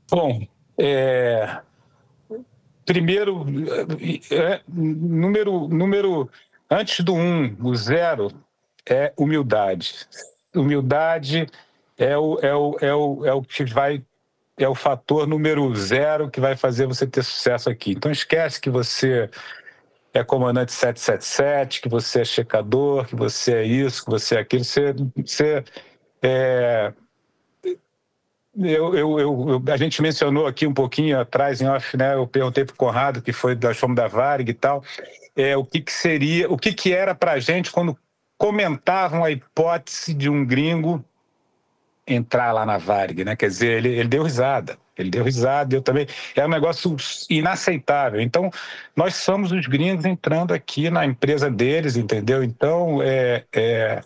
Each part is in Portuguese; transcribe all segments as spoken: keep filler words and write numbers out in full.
Bom, é, primeiro, é, número, número, antes do um, o zero, é humildade. Humildade é o, é o, é o, é o que vai, é o fator número zero que vai fazer você ter sucesso aqui. Então esquece que você é comandante sete sete sete, que você é checador, que você é isso, que você é aquilo. Você, você é, Eu, eu, eu, a gente mencionou aqui um pouquinho atrás, em off, né? Eu perguntei para o Conrado, que foi da fomos da Varig e tal, é, o que, que seria, o que, que era para a gente quando comentavam a hipótese de um gringo entrar lá na Varig, né? Quer dizer, ele, ele deu risada, ele deu risada, eu também. É um negócio inaceitável. Então, nós somos os gringos entrando aqui na empresa deles, entendeu? Então, é, é,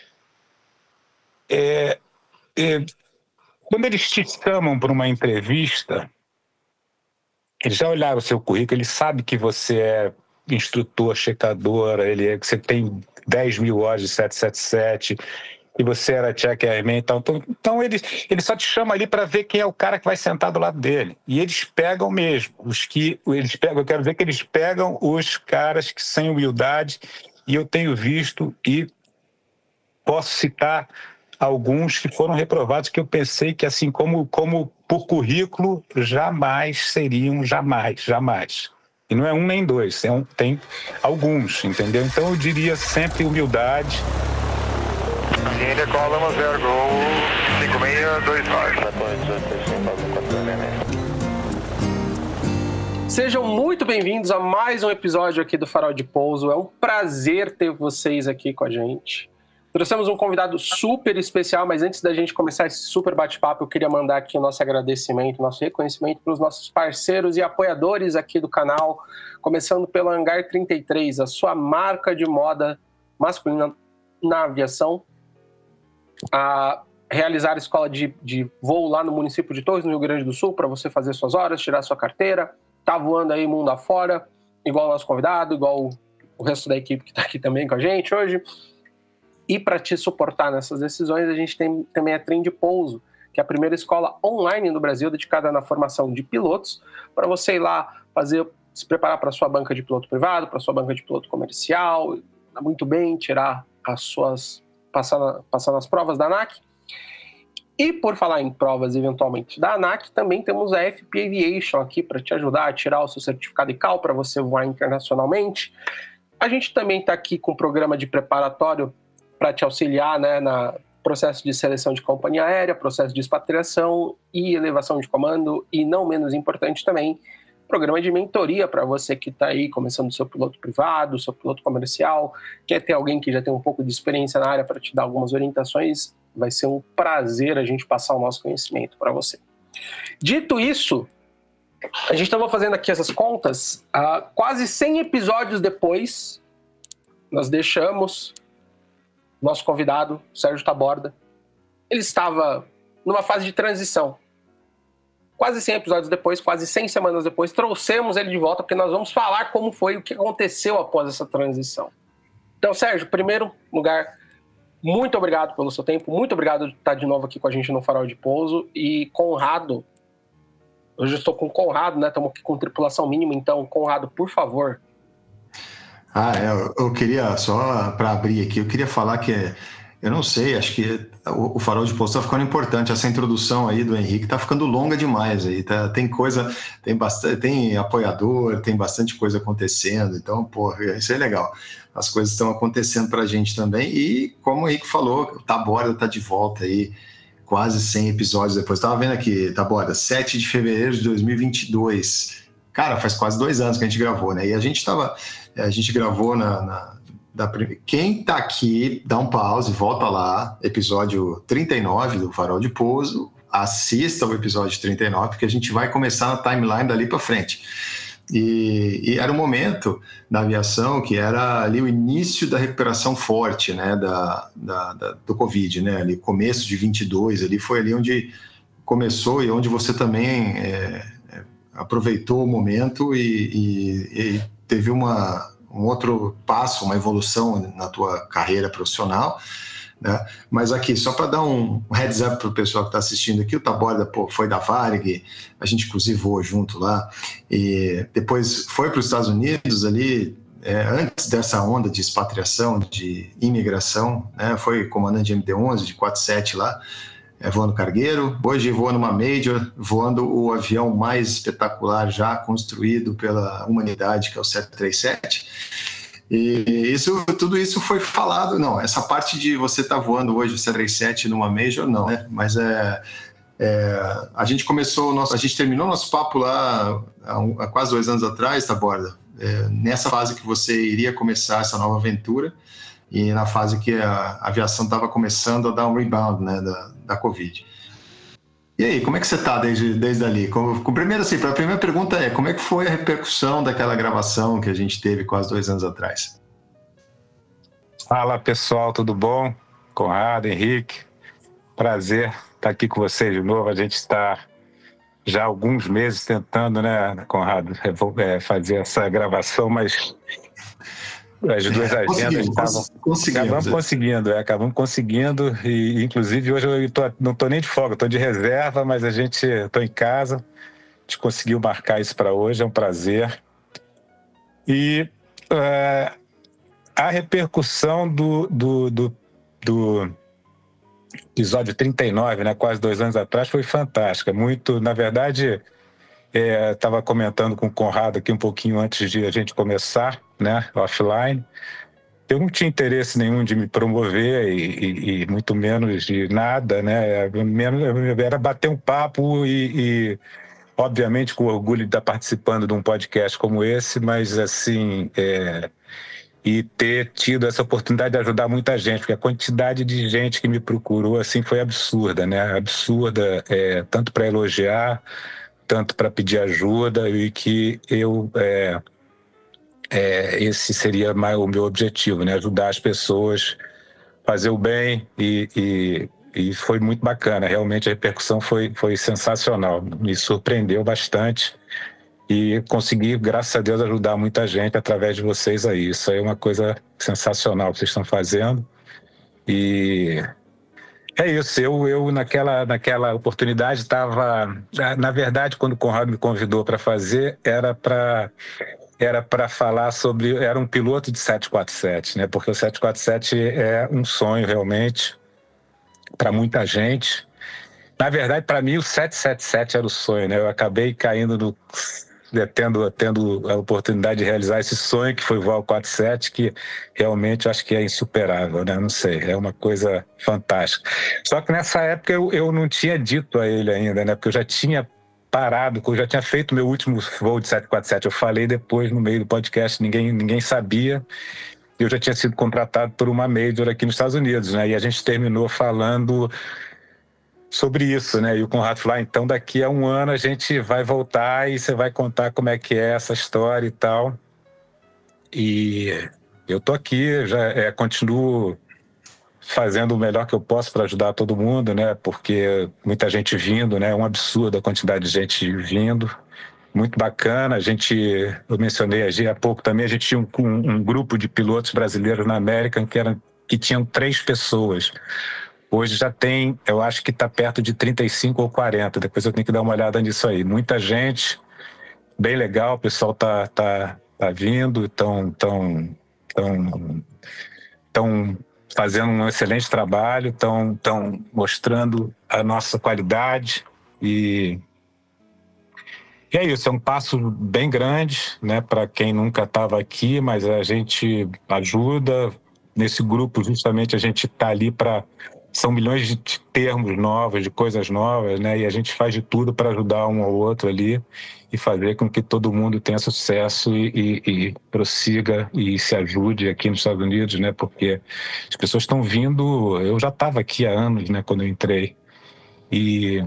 é, é quando eles te chamam para uma entrevista, eles já olharam o seu currículo, ele sabe que você é instrutor, checadora, ele é, que você tem dez mil horas de sete sete sete, que você era check airman e tal. Então, então ele, ele só te chama ali para ver quem é o cara que vai sentar do lado dele. E eles pegam mesmo. Os que, eles pegam, eu quero ver que eles pegam os caras que sem humildade, e eu tenho visto e posso citar alguns que foram reprovados que eu pensei que, assim, como, como por currículo, jamais seriam, jamais, jamais. E não é um nem dois, é um, tem alguns, entendeu? Então eu diria sempre humildade. Ainda cola zero, gol cinco seis dois nove. Sejam muito bem-vindos a mais um episódio aqui do Farol de Pouso. É um prazer ter vocês aqui com a gente. Trouxemos um convidado super especial, mas antes da gente começar esse super bate-papo, eu queria mandar aqui o nosso agradecimento, nosso reconhecimento para os nossos parceiros e apoiadores aqui do canal, começando pelo Hangar trinta e três, a sua marca de moda masculina na aviação, a realizar a escola de, de voo lá no município de Torres, no Rio Grande do Sul, para você fazer suas horas, tirar sua carteira, tá voando aí mundo afora, igual o nosso convidado, igual o resto da equipe que está aqui também com a gente hoje. E para te suportar nessas decisões, a gente tem também a Trem de Pouso, que é a primeira escola online no Brasil dedicada na formação de pilotos, para você ir lá fazer, se preparar para a sua banca de piloto privado, para a sua banca de piloto comercial, muito bem, tirar as suas, passar, na, passar nas provas da ANAC. E por falar em provas eventualmente da ANAC, também temos a F P Aviation aqui para te ajudar a tirar o seu certificado I C A L para você voar internacionalmente. A gente também está aqui com um programa de preparatório para te auxiliar, né, no processo de seleção de companhia aérea, processo de expatriação e elevação de comando, e não menos importante também, programa de mentoria para você que está aí começando o seu piloto privado, seu piloto comercial, quer ter alguém que já tem um pouco de experiência na área para te dar algumas orientações, vai ser um prazer a gente passar o nosso conhecimento para você. Dito isso, a gente estava fazendo aqui essas contas, uh, quase cem episódios depois, nós deixamos nosso convidado, Sérgio Taborda. Ele estava numa fase de transição. Quase cem episódios depois, quase cem semanas depois, trouxemos ele de volta, porque nós vamos falar como foi, o que aconteceu após essa transição. Então, Sérgio, primeiro lugar, muito obrigado pelo seu tempo, muito obrigado por estar de novo aqui com a gente no Farol de Pouso. E Conrado, hoje eu estou com o Conrado, né? Estamos aqui com tripulação mínima, então, Conrado, por favor. Ah, é, eu queria, só para abrir aqui, eu queria falar que, eu não sei, acho que o, o Farol de Pouso está ficando importante, essa introdução aí do Henrique está ficando longa demais aí, tá, tem coisa, tem bastante, tem apoiador, tem bastante coisa acontecendo, então, pô, isso é legal, as coisas estão acontecendo para a gente também, e como o Henrique falou, o Taborda está de volta aí, quase cem episódios depois, estava vendo aqui, Taborda, sete de fevereiro de dois mil e vinte e dois, cara, faz quase dois anos que a gente gravou, né, e a gente estava... A gente gravou na... na da, quem tá aqui, dá um pause, volta lá, episódio trinta e nove do Farol de Pouso, assista o episódio trinta e nove, porque a gente vai começar na timeline dali para frente. E, e era um momento da aviação que era ali o início da recuperação forte, né, da, da, da, do Covid, né, ali começo de vinte e dois, ali foi ali onde começou e onde você também é, é, aproveitou o momento e, e, e teve uma, um outro passo, uma evolução na tua carreira profissional, né? Mas aqui, só para dar um heads up para o pessoal que está assistindo aqui, o Taborda pô, foi da Varig, a gente inclusive voou junto lá, e depois foi para os Estados Unidos ali, é, antes dessa onda de expatriação, de imigração, né? Foi comandante de M D onze, de quatro sete lá, é, voando cargueiro. Hoje voa numa Major, voando o avião mais espetacular já construído pela humanidade, que é o sete três sete. E isso, tudo isso foi falado. Não, essa parte de você estar tá voando hoje o sete três sete numa Major, não, né? Mas é, é, a gente começou, o nosso, a gente terminou nosso papo lá há, um, há quase dois anos atrás, Taborda, é, nessa fase que você iria começar essa nova aventura e na fase que a aviação estava começando a dar um rebound, né, da, da Covid. E aí, como é que você está desde, desde ali? Como, com, primeiro, assim, a primeira pergunta é, como é que foi a repercussão daquela gravação que a gente teve quase dois anos atrás? Fala, pessoal, tudo bom? Conrado, Henrique, prazer estar aqui com vocês de novo. A gente está já há alguns meses tentando, né, Conrado, fazer essa gravação, mas as duas é, agendas estavam... Acabamos conseguindo, é, acabamos conseguindo, e inclusive hoje eu tô, não estou nem de folga, estou de reserva, mas a gente, estou em casa, a gente conseguiu marcar isso para hoje, é um prazer. E uh, a repercussão do, do, do, do episódio trinta e nove, né, quase dois anos atrás, foi fantástica. Muito, na verdade, estava é, comentando com o Conrado aqui um pouquinho antes de a gente começar, né, offline. Eu não tinha interesse nenhum de me promover e, e, e muito menos de nada, né? Era bater um papo e, e, obviamente, com orgulho de estar participando de um podcast como esse, mas assim, é, e ter tido essa oportunidade de ajudar muita gente, porque a quantidade de gente que me procurou assim foi absurda, né? Absurda, é, tanto para elogiar, tanto para pedir ajuda, e que eu é, é, esse seria mais o meu objetivo, né? Ajudar as pessoas, fazer o bem, e, e, e foi muito bacana. Realmente a repercussão foi, foi sensacional, me surpreendeu bastante e consegui, graças a Deus, ajudar muita gente através de vocês aí. Isso aí é uma coisa sensacional que vocês estão fazendo. E é isso, eu, eu naquela, naquela oportunidade estava... Na verdade, quando o Conrado me convidou para fazer, era para era para falar sobre... Era um piloto de sete quatro sete, né? Porque o sete quatro sete é um sonho, realmente, para muita gente. Na verdade, para mim, o sete sete sete era o sonho, né? Eu acabei caindo no... Tendo, tendo a oportunidade de realizar esse sonho, que foi voar o quatro sete, que realmente eu acho que é insuperável, né? Não sei, é uma coisa fantástica. Só que nessa época eu, eu não tinha dito a ele ainda, né? Porque eu já tinha parado, eu já tinha feito meu último voo de sete quatro sete. Eu falei depois no meio do podcast, ninguém, ninguém sabia. Eu já tinha sido contratado por uma major aqui nos Estados Unidos, né? E a gente terminou falando sobre isso, né? E o Conrado falou, ah, então daqui a um ano a gente vai voltar e você vai contar como é que é essa história e tal. E eu tô aqui, já é, continuo fazendo o melhor que eu posso para ajudar todo mundo, né? Porque muita gente vindo, né? É um absurdo a quantidade de gente vindo. Muito bacana. A gente, eu mencionei há pouco também, a gente tinha um, um, um grupo de pilotos brasileiros na América que, eram, que tinham três pessoas. Hoje já tem, eu acho que está perto de trinta e cinco ou quarenta. Depois eu tenho que dar uma olhada nisso aí. Muita gente, bem legal, o pessoal está tá, tá vindo, estão tão, tão, tão fazendo um excelente trabalho, estão tão mostrando a nossa qualidade. E, e é isso, é um passo bem grande, né, para quem nunca estava aqui, mas a gente ajuda. Nesse grupo, justamente, a gente está ali para... São milhões de termos novos, de coisas novas, né? E a gente faz de tudo para ajudar um ao outro ali e fazer com que todo mundo tenha sucesso e, e, e prossiga e se ajude aqui nos Estados Unidos, né? Porque as pessoas estão vindo... Eu já estava aqui há anos, né? Quando eu entrei. E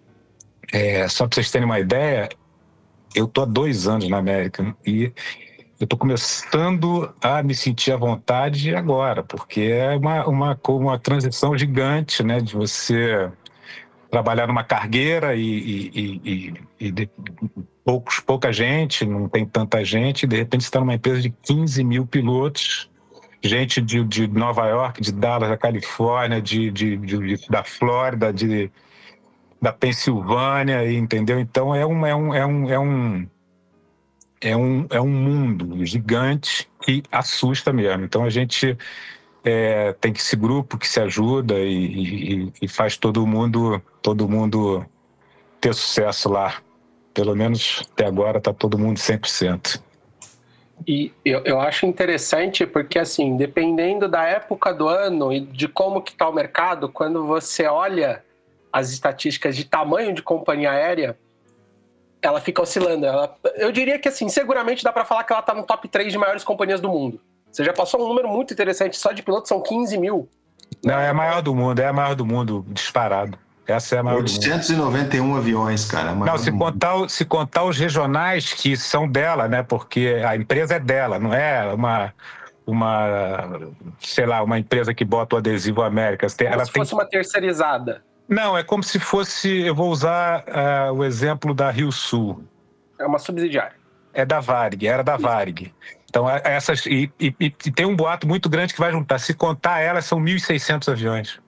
é, só para vocês terem uma ideia, eu estou há dois anos na América e... Eu estou começando a me sentir à vontade agora, porque é uma, uma, uma transição gigante, né? De você trabalhar numa cargueira e, e, e, e de poucos, pouca gente, não tem tanta gente, e de repente você está numa empresa de quinze mil pilotos gente de, de Nova York, de Dallas, da Califórnia, de, de, de, da Flórida, de, da Pensilvânia, entendeu? Então é um, é um, é um, é um, é um, é um mundo gigante que assusta mesmo. Então a gente é, tem que esse grupo que se ajuda e, e, e faz todo mundo, todo mundo ter sucesso lá. Pelo menos até agora está todo mundo cem por cento. E eu, eu acho interessante porque, assim, dependendo da época do ano e de como que está o mercado, quando você olha as estatísticas de tamanho de companhia aérea, ela fica oscilando. Ela, eu diria que, assim, seguramente dá para falar que ela está no top três de maiores companhias do mundo. Você já passou um número muito interessante, só de pilotos são quinze mil. Não, é a maior do mundo, é a maior do mundo, disparado. Essa é a maior oitocentos e noventa e um aviões, cara. Não, se contar, se contar os regionais que são dela, né? Porque a empresa é dela, não é uma, uma sei lá, uma empresa que bota o adesivo Américas. Como ela se tem... fosse uma terceirizada. Não, é como se fosse, eu vou usar uh, o exemplo da Rio Sul. É uma subsidiária. É da Varig, era da Varig. Então, essas, e, e, e tem um boato muito grande que vai juntar. Se contar elas, são mil e seiscentos aviões.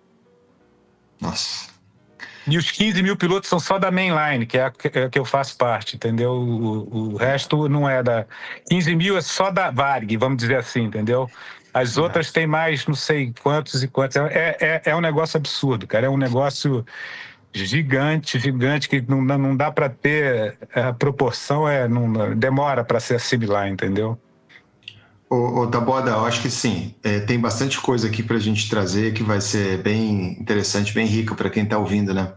Nossa. E os quinze mil pilotos são só da mainline, que é a que eu faço parte, entendeu? O, o resto não é da... quinze mil é só da Varig, vamos dizer assim, entendeu? As é. outras têm mais, não sei quantos e quantos. É, é, é um negócio absurdo, cara. É um negócio gigante, gigante, que não, não dá para ter... A proporção é, não, demora para se assimilar, entendeu? Ô, ô Taboada, eu acho que sim. É, tem bastante coisa aqui para a gente trazer que vai ser bem interessante, bem rica para quem está ouvindo, né?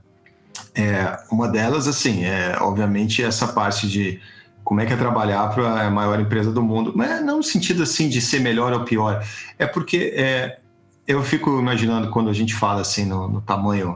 É, uma delas, assim, é obviamente essa parte de como é que é trabalhar para a maior empresa do mundo. Mas não no sentido assim de ser melhor ou pior. É porque é, eu fico imaginando quando a gente fala assim no, no tamanho...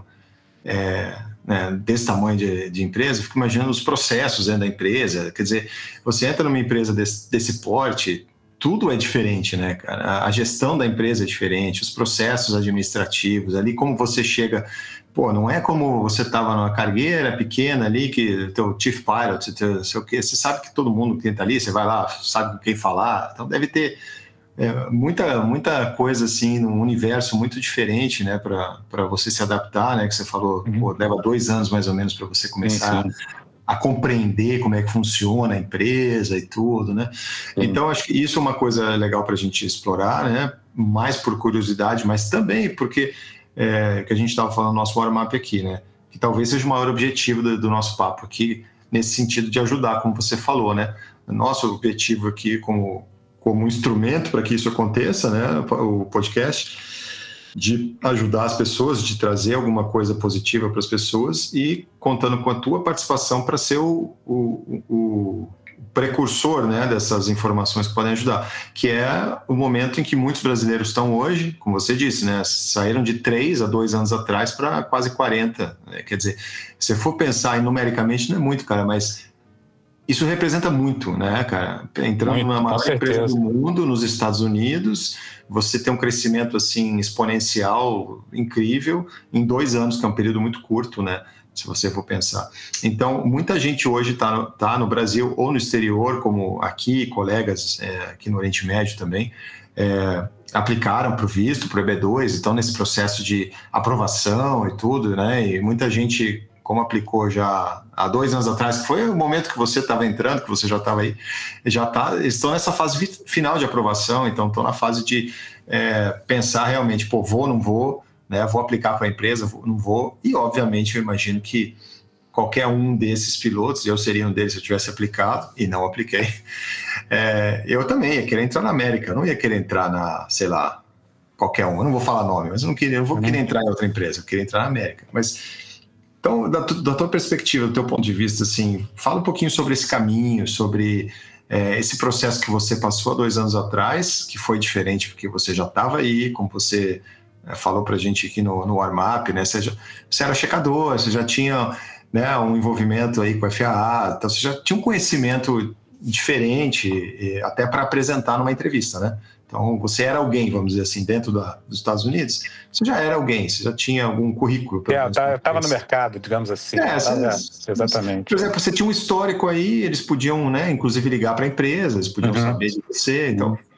É, né, desse tamanho de, de empresa, eu fico imaginando os processos dentro da empresa. Quer dizer, você entra numa empresa desse, desse porte... Tudo é diferente, né, cara? A gestão da empresa é diferente, os processos administrativos, ali como você chega... Pô, não é como você estava numa cargueira pequena ali, que teu chief pilot, teu, sei o quê, você sabe que todo mundo que entra ali, você vai lá, sabe com quem falar, então deve ter é, muita, muita coisa assim, num universo muito diferente, né, para você se adaptar, né, que você falou, uhum. pô, leva dois anos mais ou menos para você começar... Sim, sim. a compreender como é que funciona a empresa e tudo, né? Sim. Então, acho que isso é uma coisa legal para a gente explorar, né? Mais por curiosidade, mas também porque, é, que a gente estava falando no nosso warm-up aqui, né? Que talvez seja o maior objetivo do, do nosso papo aqui, nesse sentido de ajudar, como você falou, né? Nosso objetivo aqui como, como instrumento para que isso aconteça, né? O podcast... de ajudar as pessoas, de trazer alguma coisa positiva para as pessoas e contando com a tua participação para ser o, o, o precursor, né, dessas informações que podem ajudar, que é o momento em que muitos brasileiros estão hoje, como você disse, né, saíram de três a dois anos atrás para quase quarenta, né? Quer dizer, se for pensar em numericamente não é muito, cara, mas isso representa muito, né, cara? Entrando muito, na maior empresa do mundo, nos Estados Unidos, você tem um crescimento, assim, exponencial, incrível, em dois anos, que é um período muito curto, né? Se você for pensar. Então, muita gente hoje está no, tá no Brasil ou no exterior, como aqui, colegas é, aqui no Oriente Médio também, é, aplicaram para o visto, para o E B dois, estão nesse processo de aprovação e tudo, né? E muita gente... como aplicou já há dois anos atrás, que foi o momento que você estava entrando, que você já estava aí, já tá, estão nessa fase final de aprovação, então estão na fase de é, pensar realmente, pô, vou, não vou, né, vou aplicar para a empresa, vou, não vou, e obviamente eu imagino que qualquer um desses pilotos, eu seria um deles se eu tivesse aplicado, e não apliquei, é, eu também ia querer entrar na América, eu não ia querer entrar na, sei lá, qualquer um, eu não vou falar nome, mas eu não, queria, eu não vou querer entrar em outra empresa, eu queria entrar na América, mas... Então, da, da tua perspectiva, do teu ponto de vista, assim, fala um pouquinho sobre esse caminho, sobre é, esse processo que você passou há dois anos atrás, que foi diferente porque você já estava aí, como você é, falou para a gente aqui no, no warm-up, né? Você, já, você era checador, você já tinha, né, um envolvimento aí com a F A A, então você já tinha um conhecimento diferente, até para apresentar numa entrevista, né? Então, você era alguém, vamos dizer assim, dentro da, dos Estados Unidos, você já era alguém, você já tinha algum currículo. É, eu estava no mercado, digamos assim. É, tava, você, exatamente. Por exemplo, você tinha um histórico aí, eles podiam, né, inclusive ligar para a empresa, eles podiam uhum. saber de você. Então,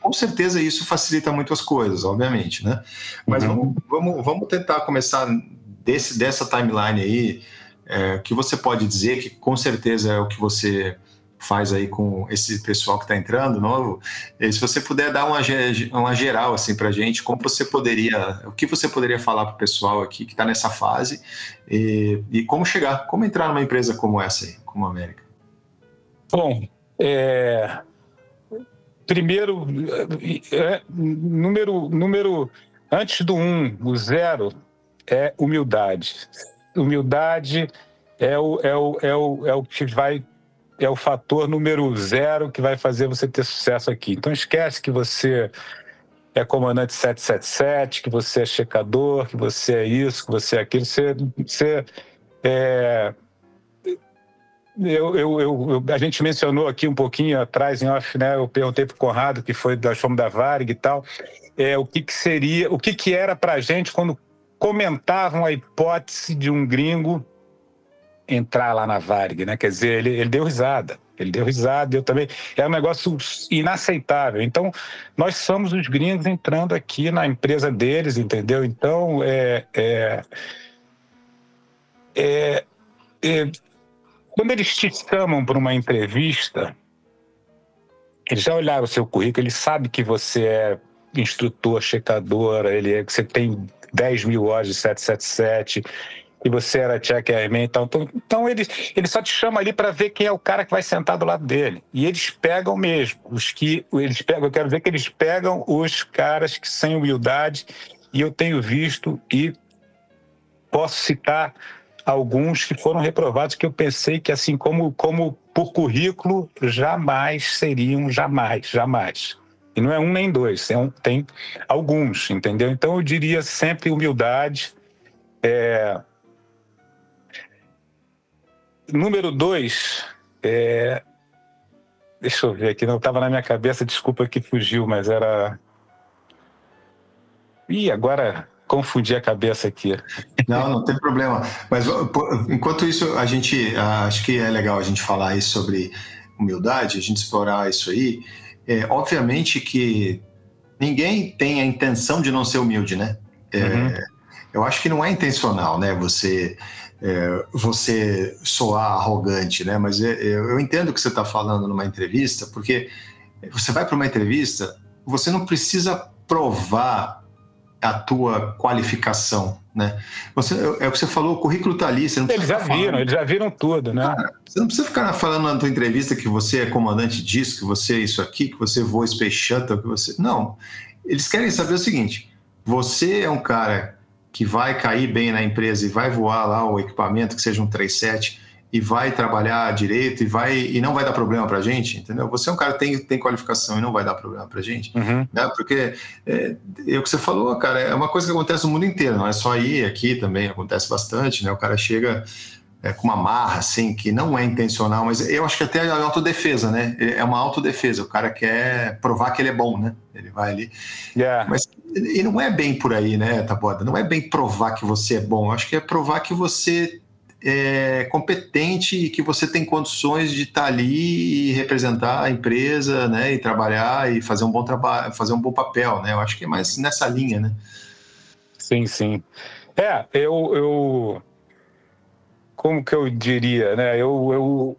com certeza isso facilita muito as coisas, obviamente, né? Mas uhum. vamos, vamos, vamos tentar começar desse, dessa timeline aí, é, que você pode dizer que com certeza é o que você faz aí com esse pessoal que está entrando novo. E se você puder dar uma, uma geral assim para a gente, como você poderia, o que você poderia falar para o pessoal aqui que está nessa fase e, e como chegar, como entrar numa empresa como essa aí, como a América? Bom, é... primeiro, é, número, número antes do um, o zero, é humildade. Humildade é o, é o, é o, é o que vai, é o fator número zero que vai fazer você ter sucesso aqui. Então esquece que você é comandante sete sete sete, que você é checador, que você é isso, que você é aquilo. Você, você é... Eu, eu, eu, a gente mencionou aqui um pouquinho atrás em off, né? Eu perguntei para o Conrado, que foi da fomos da Varig e tal, é, o que, que seria, o que, que era para a gente quando comentavam a hipótese de um gringo entrar lá na Varig, né? Quer dizer, ele, ele deu risada, ele deu risada, eu também. É um negócio inaceitável. Então, nós somos os gringos entrando aqui na empresa deles, entendeu? Então, é, é, é, é quando eles te chamam para uma entrevista, eles já olharam o seu currículo, eles sabem que você é instrutor, checador, ele é, que você tem dez mil horas de sete sete sete, que você era check airman e tal. Então, então eles, eles só te chamam ali para ver quem é o cara que vai sentar do lado dele. E eles pegam mesmo. Os que, eles pegam, eu quero ver que eles pegam os caras que sem humildade, e eu tenho visto e posso citar alguns que foram reprovados, que eu pensei que, assim, como, como por currículo, jamais seriam, jamais, jamais. E não é um nem dois, é um, tem alguns, entendeu? Então, eu diria sempre humildade. É... Número dois, é... deixa eu ver aqui, não estava na minha cabeça, desculpa que fugiu, mas era... Ih, agora... confundi a cabeça aqui. Não, não tem problema. Mas enquanto isso, a gente acho que é legal a gente falar aí sobre humildade, a gente explorar isso aí. É, obviamente que ninguém tem a intenção de não ser humilde, né? É, uhum. Eu acho que não é intencional, né? Você, é, você soar arrogante, né? Mas é, eu entendo o que você está falando numa entrevista, porque você vai para uma entrevista, você não precisa provar a tua qualificação, né? Você, é o que você falou, o currículo está ali, você não precisa Eles já viram, falando. eles já viram tudo, né? Cara, você não precisa ficar falando na tua entrevista que você é comandante disso, que você é isso aqui, que você voa Space Shuttle, que você... Não, eles querem saber o seguinte, você é um cara que vai cair bem na empresa e vai voar lá o equipamento, que seja um trinta e sete, e vai trabalhar direito e, vai, e não vai dar problema pra gente, entendeu? Você é um cara que tem, tem qualificação e não vai dar problema pra gente, uhum. né? Porque é, é o que você falou, cara, é uma coisa que acontece no mundo inteiro, não é só aí, aqui também acontece bastante, né? O cara chega é, com uma marra, assim, que não é intencional, mas eu acho que até é autodefesa, né? É uma autodefesa, o cara quer provar que ele é bom, né? Ele vai ali... Yeah. Mas e não é bem por aí, né, Taboada? Não é bem provar que você é bom, eu acho que é provar que você... é competente e que você tem condições de estar ali e representar a empresa, né, e trabalhar e fazer um bom trabalho, fazer um bom papel, né? Eu acho que é mais nessa linha, né? Sim, sim. É, eu, eu como que eu diria, né? Eu, eu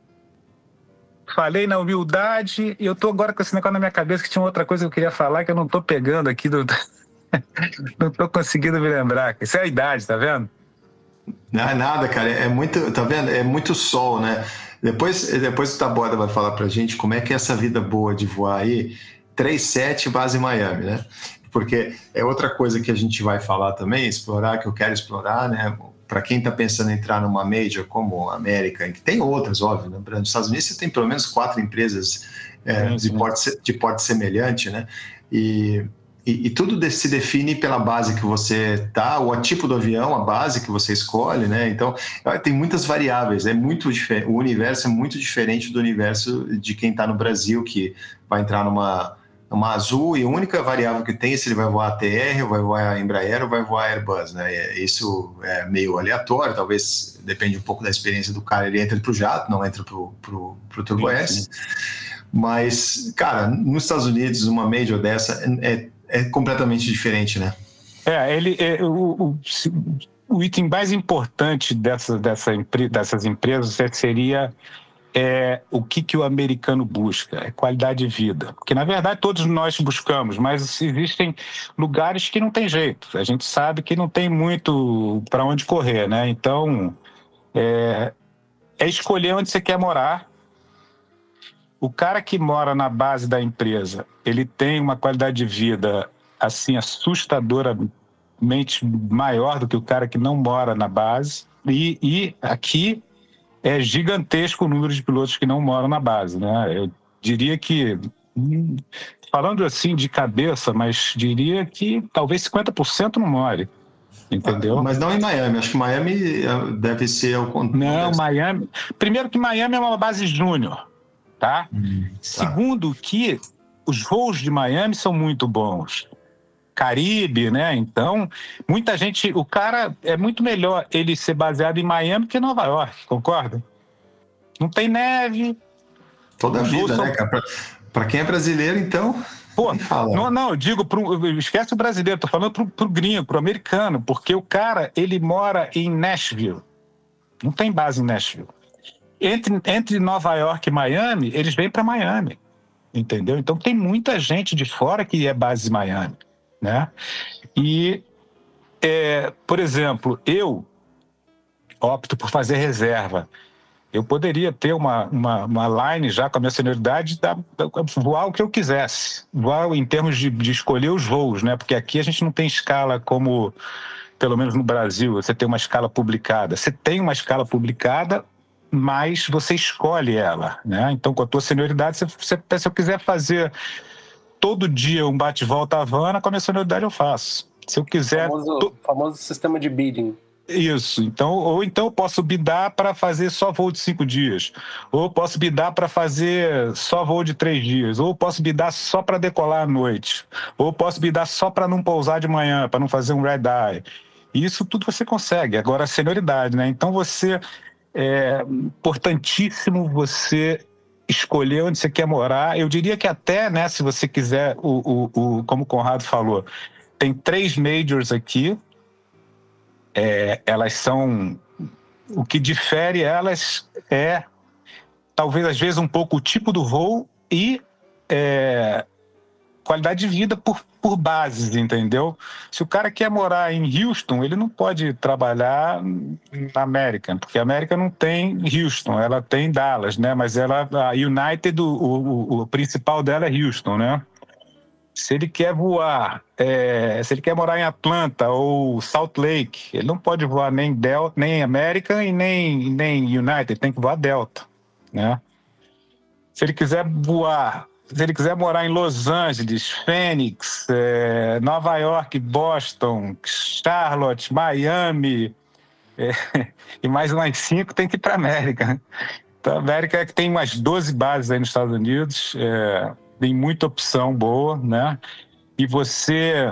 falei na humildade e eu tô agora com esse negócio na minha cabeça que tinha outra coisa que eu queria falar que eu não tô pegando aqui, do... não tô conseguindo me lembrar. Isso é a idade, tá vendo? Não é nada, cara, é muito, tá vendo? É muito sol, né? Depois, depois o Taboada vai falar pra gente como é que é essa vida boa de voar aí, trinta e sete base Miami, né? Porque é outra coisa que a gente vai falar também, explorar, que eu quero explorar, né? Para quem tá pensando em entrar numa major como a América, que tem outras, óbvio, né? Nos Estados Unidos você tem pelo menos quatro empresas é, de, porte, de porte semelhante, né? E... E, e tudo se define pela base que você tá, o tipo do avião, a base que você escolhe, né? Então, tem muitas variáveis, é muito diferente, o universo é muito diferente do universo de quem está no Brasil, que vai entrar numa, numa Azul, e a única variável que tem é se ele vai voar A T R, ou vai voar Embraer, ou vai voar Airbus, né? Isso é meio aleatório, talvez depende um pouco da experiência do cara, ele entra para o jato, não entra para o Turbo S. Mas, cara, nos Estados Unidos, uma major dessa é, é completamente diferente, né? É, ele, é, o, o, o item mais importante dessa, dessa, dessas empresas seria é, o que, que o americano busca, é qualidade de vida. Porque, na verdade, todos nós buscamos, mas existem lugares que não tem jeito. A gente sabe que não tem muito para onde correr, né? Então, é, é escolher onde você quer morar. O cara que mora na base da empresa, ele tem uma qualidade de vida assim assustadoramente maior do que o cara que não mora na base. E, e aqui é gigantesco o número de pilotos que não moram na base, né? Eu diria que, falando assim de cabeça, mas diria que talvez cinquenta por cento não more. Entendeu? Ah, mas não em Miami, acho que Miami deve ser ao contrário. Não, Miami. Primeiro que Miami é uma base júnior. Tá? Hum, tá. Segundo que os voos de Miami são muito bons. Caribe, né? Então, muita gente... O cara é muito melhor ele ser baseado em Miami que em Nova York, concorda? Não tem neve. Toda a vida, são... né, cara? Pra, pra quem é brasileiro, então... Pô, não, não, eu digo... Pro, esquece o brasileiro, tô falando pro, pro gringo, pro americano, porque o cara, ele mora em Nashville. Não tem base em Nashville. Entre, entre Nova York e Miami, eles vêm para Miami, entendeu? Então tem muita gente de fora que é base em Miami, né? E, é, por exemplo, eu opto por fazer reserva. Eu poderia ter uma, uma, uma line já com a minha senioridade, da, da, voar o que eu quisesse, voar em termos de, de escolher os voos, né? Porque aqui a gente não tem escala como, pelo menos no Brasil, você tem uma escala publicada. Você tem uma escala publicada, mas você escolhe ela, né? Então, com a tua senioridade, se, você, se eu quiser fazer todo dia um bate-volta à Havana, com a minha senioridade eu faço. Se eu quiser... O famoso, to... famoso sistema de bidding. Isso. Então, ou então eu posso bidar para fazer só voo de cinco dias, ou eu posso bidar para fazer só voo de três dias, ou eu posso bidar só para decolar à noite, ou eu posso bidar só para não pousar de manhã, para não fazer um red eye. Isso tudo você consegue. Agora, a senioridade, né? Então, você... É importantíssimo você escolher onde você quer morar. Eu diria que até, né, se você quiser, o, o, o, como o Conrado falou, tem três majors aqui. É, elas são... O que difere elas é, talvez, às vezes, um pouco o tipo do voo e é, qualidade de vida por, por bases, entendeu? Se o cara quer morar em Houston, ele não pode trabalhar na American, porque a American não tem Houston, ela tem Dallas, né? Mas ela, a United, o, o, o principal dela é Houston, né? Se ele quer voar, é, se ele quer morar em Atlanta ou Salt Lake, ele não pode voar nem Delta, nem American e nem, nem United, tem que voar Delta, né? Se ele quiser voar... Se ele quiser morar em Los Angeles, Phoenix, é, Nova York, Boston, Charlotte, Miami, é, e mais umas cinco, tem que ir para a América. Então, a América é que tem umas doze bases aí nos Estados Unidos, é, tem muita opção boa, né? E você...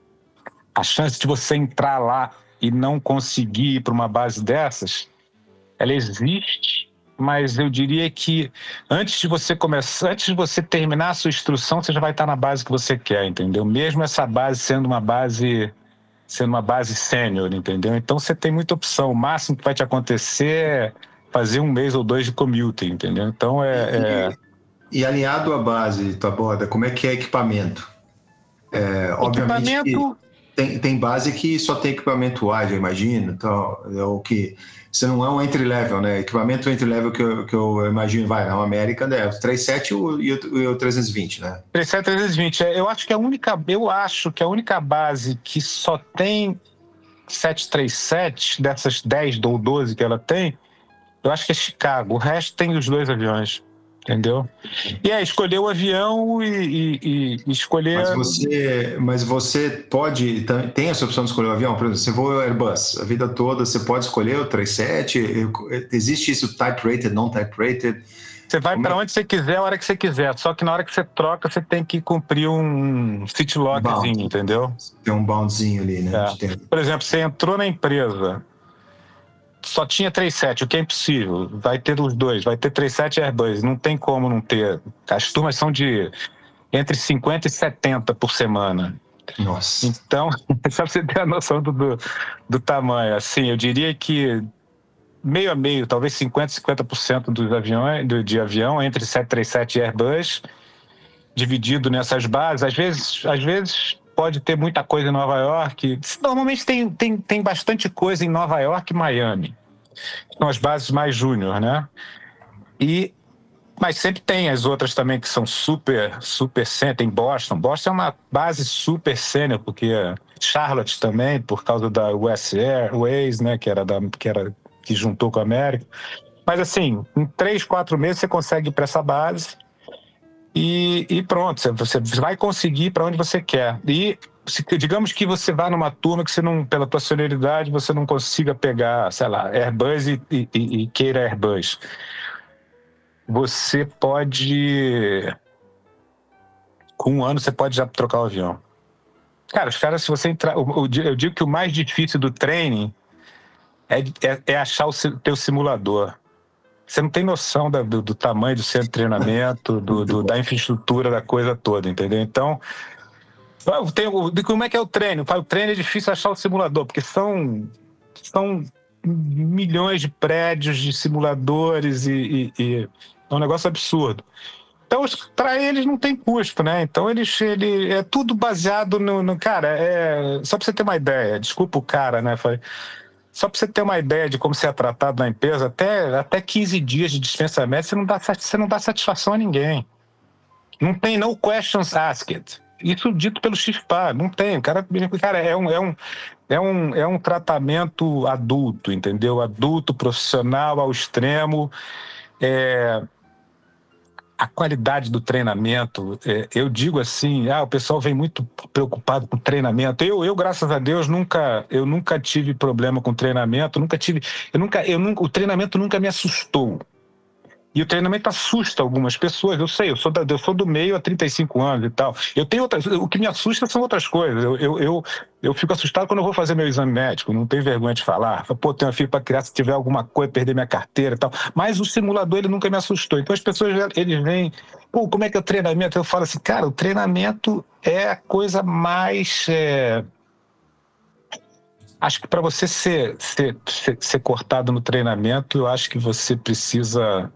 A chance de você entrar lá e não conseguir ir para uma base dessas, ela existe... Mas eu diria que antes de você começar, antes de você terminar a sua instrução, você já vai estar na base que você quer, entendeu? Mesmo essa base sendo uma base, sendo uma base sênior, entendeu? Então você tem muita opção. O máximo que vai te acontecer é fazer um mês ou dois de commute, entendeu? Então é... é... E, e alinhado à base, Taborda, como é que é equipamento? É, obviamente equipamento... tem, tem base que só tem equipamento wide, eu imagino, então, é o que... Você não é um entry-level, né? Equipamento entry-level que eu, que eu imagino, vai, na América, né? O trinta e sete e o, e o trezentos e vinte, né? trinta e sete e trezentos e vinte. Eu acho que a única, eu acho que a única base que só tem sete trinta e sete, dessas dez ou doze que ela tem, eu acho que é Chicago. O resto tem os dois aviões, entendeu? E é escolher o avião e, e, e escolher... Mas você, mas você pode... Tem essa opção de escolher o avião? Por exemplo, você voa Airbus a vida toda, você pode escolher o trinta e sete? Existe isso type-rated, non-type-rated? Você vai para onde você quiser, a hora que você quiser. Só que na hora que você troca, você tem que cumprir um city lockzinho, entendeu? Tem um boundzinho ali, né? É. Por exemplo, você entrou na empresa... só tinha três sete, o que é impossível. Vai ter os dois, vai ter três sete e Airbus. Não tem como não ter. As turmas são de entre cinquenta e setenta por semana. Nossa. Então, só pra você ter a noção do, do, do tamanho. Assim, eu diria que meio a meio, talvez cinquenta, cinquenta por cento dos aviões, do, de avião entre sete três sete e Airbus, dividido nessas bases. Às vezes, às vezes pode ter muita coisa em Nova York. Normalmente tem, tem, tem bastante coisa em Nova York e Miami. São as bases mais júnior, né? E, mas sempre tem as outras também que são super, super sênior. Tem Boston. Boston é uma base super sênior, porque Charlotte também, por causa da U S Airways, né? Que era, da, que era que juntou com a América. Mas assim, em três, quatro meses você consegue ir para essa base e, e pronto, você vai conseguir para onde você quer. E se, digamos que você vá numa turma que você não, pela tua senioridade, você não consiga pegar, sei lá, Airbus e, e, e queira Airbus. Você pode, com um ano, você pode já trocar o avião. Cara, os caras, se você entrar, eu digo que o mais difícil do training É, é, é achar o teu simulador. Você não tem noção da, do, do tamanho do centro de treinamento, do, do, da infraestrutura, da coisa toda, entendeu? Então, tem, como é que é o treino? O treino é difícil achar o simulador, porque são, são milhões de prédios, de simuladores, e, e, e é um negócio absurdo. Então, para eles não tem custo, né? Então, eles, ele, é tudo baseado no... no cara, é, só para você ter uma ideia, desculpa o cara, né? Falei, só para você ter uma ideia de como você é tratado na empresa, até, até quinze dias de dispensa médica, você não dá, você não dá satisfação a ninguém. Não tem no questions asked. Isso dito pelo Chief Pá, não tem. O cara, cara é, um, é, um, é, um, é um tratamento adulto, entendeu? Adulto, profissional, ao extremo. É... A qualidade do treinamento, é, eu digo assim, ah, o pessoal vem muito preocupado com treinamento. Eu, eu graças a Deus, nunca, eu nunca tive problema com treinamento, nunca tive, eu nunca, eu nunca, o treinamento nunca me assustou. E o treinamento assusta algumas pessoas, eu sei, eu sou, da, eu sou do meio há trinta e cinco anos e tal. Eu tenho outras, o que me assusta são outras coisas. Eu, eu, eu, eu fico assustado quando eu vou fazer meu exame médico, não tenho vergonha de falar. Pô, tenho uma filha para criar, se tiver alguma coisa, perder minha carteira e tal. Mas o simulador, ele nunca me assustou. Então as pessoas, eles vêm, pô, como é que é o treinamento? Eu falo assim, cara, o treinamento é a coisa mais... É... Acho que para você ser, ser, ser, ser cortado no treinamento, eu acho que você precisa...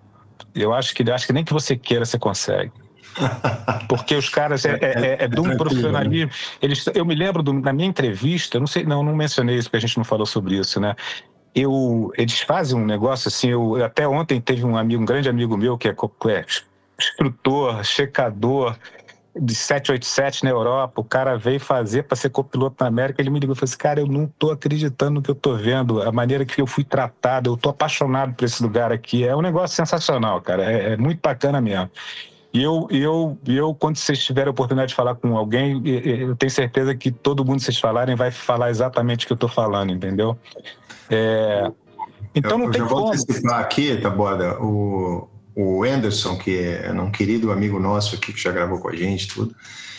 Eu acho que, acho que nem que você queira, você consegue. Porque os caras, é, é, é, é de um profissionalismo. Eles, eu me lembro, do, na minha entrevista, não sei, não, não mencionei isso, porque a gente não falou sobre isso, né? Eu, eles fazem um negócio assim, eu, até ontem teve um amigo, um grande amigo meu, que é, é instrutor, checador de sete oito sete na Europa, o cara veio fazer para ser copiloto na América, ele me ligou e falou assim, cara, eu não tô acreditando no que eu tô vendo, a maneira que eu fui tratado, eu tô apaixonado por esse lugar aqui, é um negócio sensacional, cara, é, é muito bacana mesmo. E eu, eu, eu, quando vocês tiverem a oportunidade de falar com alguém, eu tenho certeza que todo mundo que vocês falarem vai falar exatamente o que eu tô falando, entendeu? É... Então eu, não eu tem já como. Vou antecipar aqui, Taboada, o... O Anderson, que é um querido amigo nosso aqui, que já gravou com a gente, tudo,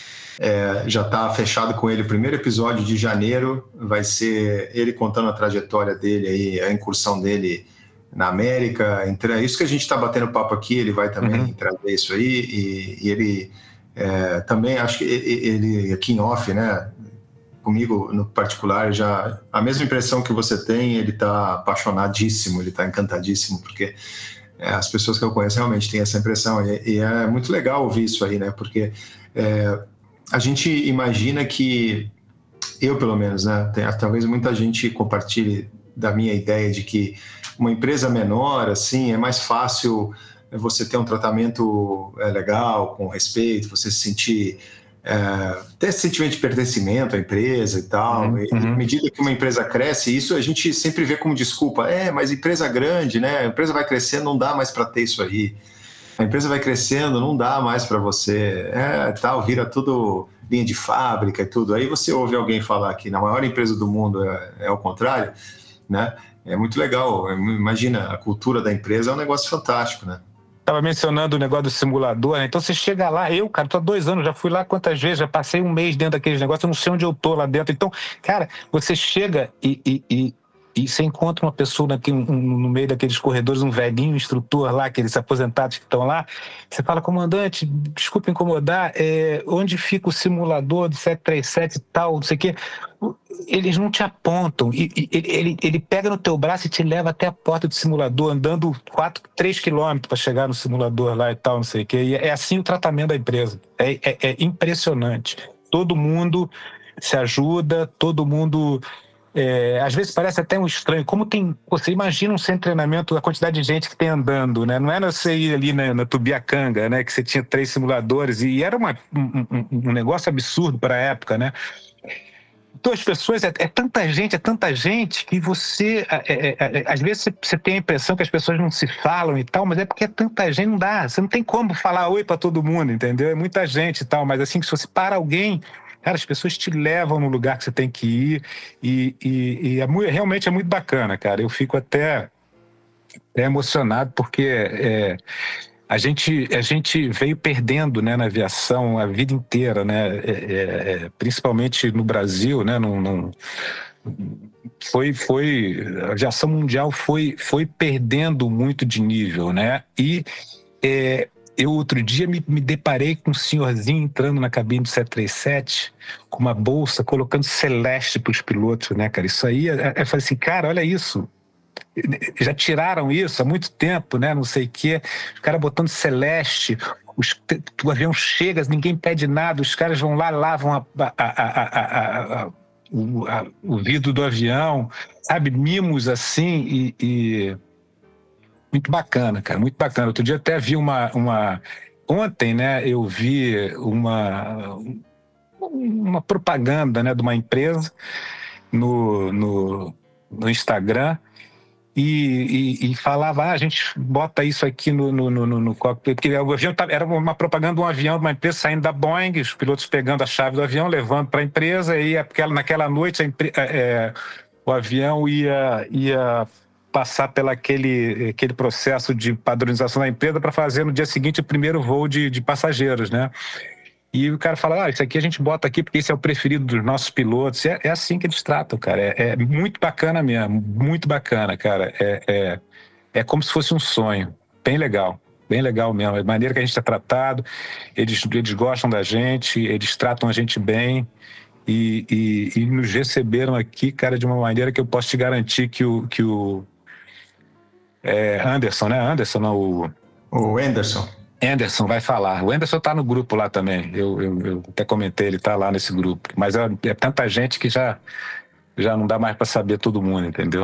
é, já está fechado com ele. O primeiro episódio de janeiro vai ser ele contando a trajetória dele, aí, a incursão dele na América. Entre, isso que a gente está batendo papo aqui, ele vai também uhum. trazer isso aí. E, e ele é, também, acho que ele, aqui em off, né, comigo no particular, já a mesma impressão que você tem, ele está apaixonadíssimo, ele está encantadíssimo, porque... É, as pessoas que eu conheço realmente têm essa impressão e, e é muito legal ouvir isso aí, né? Porque é, a gente imagina que, eu pelo menos, né? Tem, talvez muita gente compartilhe da minha ideia de que uma empresa menor, assim, é mais fácil você ter um tratamento é, legal, com respeito, você se sentir... É, ter esse sentimento de pertencimento à empresa e tal, uhum. e, à medida que uma empresa cresce, isso a gente sempre vê como desculpa, é, mas empresa grande, né, a empresa vai crescendo, não dá mais para ter isso aí, a empresa vai crescendo, não dá mais para você, é, tal, vira tudo linha de fábrica e tudo, aí você ouve alguém falar que na maior empresa do mundo é, é o contrário, né, é muito legal, imagina, a cultura da empresa é um negócio fantástico, né. Estava mencionando o negócio do simulador, né? Então você chega lá, eu, cara, tô há dois anos, já fui lá quantas vezes, já passei um mês dentro daqueles negócios, eu não sei onde eu tô lá dentro. Então, cara, você chega e, e, e e você encontra uma pessoa aqui, um, um, no meio daqueles corredores, um velhinho instrutor lá, aqueles aposentados que estão lá, você fala, comandante, desculpa incomodar, é, onde fica o simulador do sete três sete e tal, não sei o quê. Eles não te apontam, e, e, ele, ele, ele pega no teu braço e te leva até a porta do simulador, andando quatro, três quilômetros para chegar no simulador lá e tal, não sei o quê. E é assim o tratamento da empresa, é, é, é impressionante. Todo mundo se ajuda, todo mundo... É, às vezes parece até um estranho, como tem, você imagina um centro de treinamento, a quantidade de gente que tem andando, né? Não era você ir ali na, na Tubiacanga, né? Que você tinha três simuladores e era uma, um, um, um negócio absurdo para a época, né? Então as pessoas, é, é tanta gente, é tanta gente que você, é, é, é, às vezes você, você tem a impressão que as pessoas não se falam e tal, mas é porque é tanta gente, não dá, você não tem como falar oi para todo mundo, entendeu? É muita gente e tal, mas assim, se você para alguém, cara, as pessoas te levam no lugar que você tem que ir e, e, e é muito, realmente é muito bacana, cara. Eu fico até, até emocionado porque é, a, gente, a gente veio perdendo, né, na aviação a vida inteira, né, é, é, principalmente no Brasil, né, num, num, foi, foi, a aviação mundial foi, foi perdendo muito de nível, né, e é, eu, outro dia, me, me deparei com um senhorzinho entrando na cabine do sete três sete com uma bolsa, colocando Celeste para os pilotos, né, cara? Isso aí, eu, eu falei assim, cara, olha isso. Já tiraram isso há muito tempo, né? Não sei o quê. Os caras botando Celeste, os, o avião chega, ninguém pede nada, os caras vão lá, lavam a, a, a, a, a, o, a, o vidro do avião, sabe? Mimos assim e... e... Muito bacana, cara, muito bacana. Outro dia até vi uma... uma... Ontem, né, eu vi uma, uma propaganda, né, de uma empresa no, no, no Instagram e, e, e falava, ah, a gente bota isso aqui no, no, no, no cockpit, porque o avião tava, era uma propaganda de um avião, de uma empresa saindo da Boeing, os pilotos pegando a chave do avião, levando para a empresa, e aquela, naquela noite a empre, é, o avião ia... ia passar pelo aquele, aquele processo de padronização da empresa para fazer no dia seguinte o primeiro voo de, de passageiros, né? E o cara fala, ah, isso aqui a gente bota aqui porque esse é o preferido dos nossos pilotos. É, é assim que eles tratam, cara. É, é muito bacana mesmo, muito bacana, cara. É, é, é como se fosse um sonho. Bem legal, bem legal mesmo. A maneira que a gente está tratado, eles, eles gostam da gente, eles tratam a gente bem. E, e, e nos receberam aqui, cara, de uma maneira que eu posso te garantir que o... Que o É Anderson, né? Anderson, não, o... O Anderson. Anderson vai falar. O Anderson tá no grupo lá também. Eu, eu, eu até comentei, ele tá lá nesse grupo. Mas é, é tanta gente que já, já não dá mais para saber todo mundo, entendeu?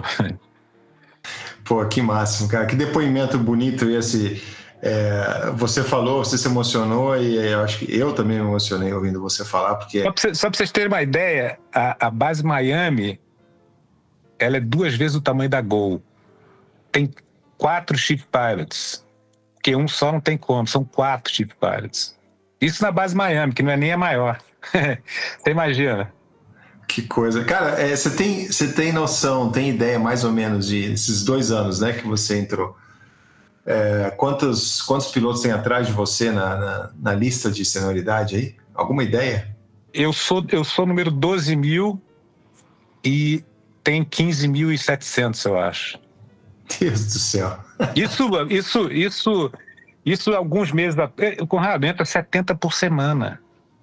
Pô, que máximo, cara. Que depoimento bonito esse. É, você falou, você se emocionou e eu acho que eu também me emocionei ouvindo você falar, porque... Só para só vocês terem uma ideia, a, a base Miami, ela é duas vezes o tamanho da Gol. Tem quatro chief pilots, porque um só não tem como, são quatro chief pilots. Isso na base Miami, que não é nem a maior. Você imagina? Que coisa. Cara, é, você, tem, você tem noção, tem ideia mais ou menos de esses dois anos, né, que você entrou? É, quantos, quantos pilotos tem atrás de você na, na, na lista de senioridade aí? Alguma ideia? Eu sou, eu sou número doze mil e tem quinze mil e setecentos, eu acho. Deus do céu. Isso, isso, isso, isso alguns meses... Da, o Conrado entra setenta por semana.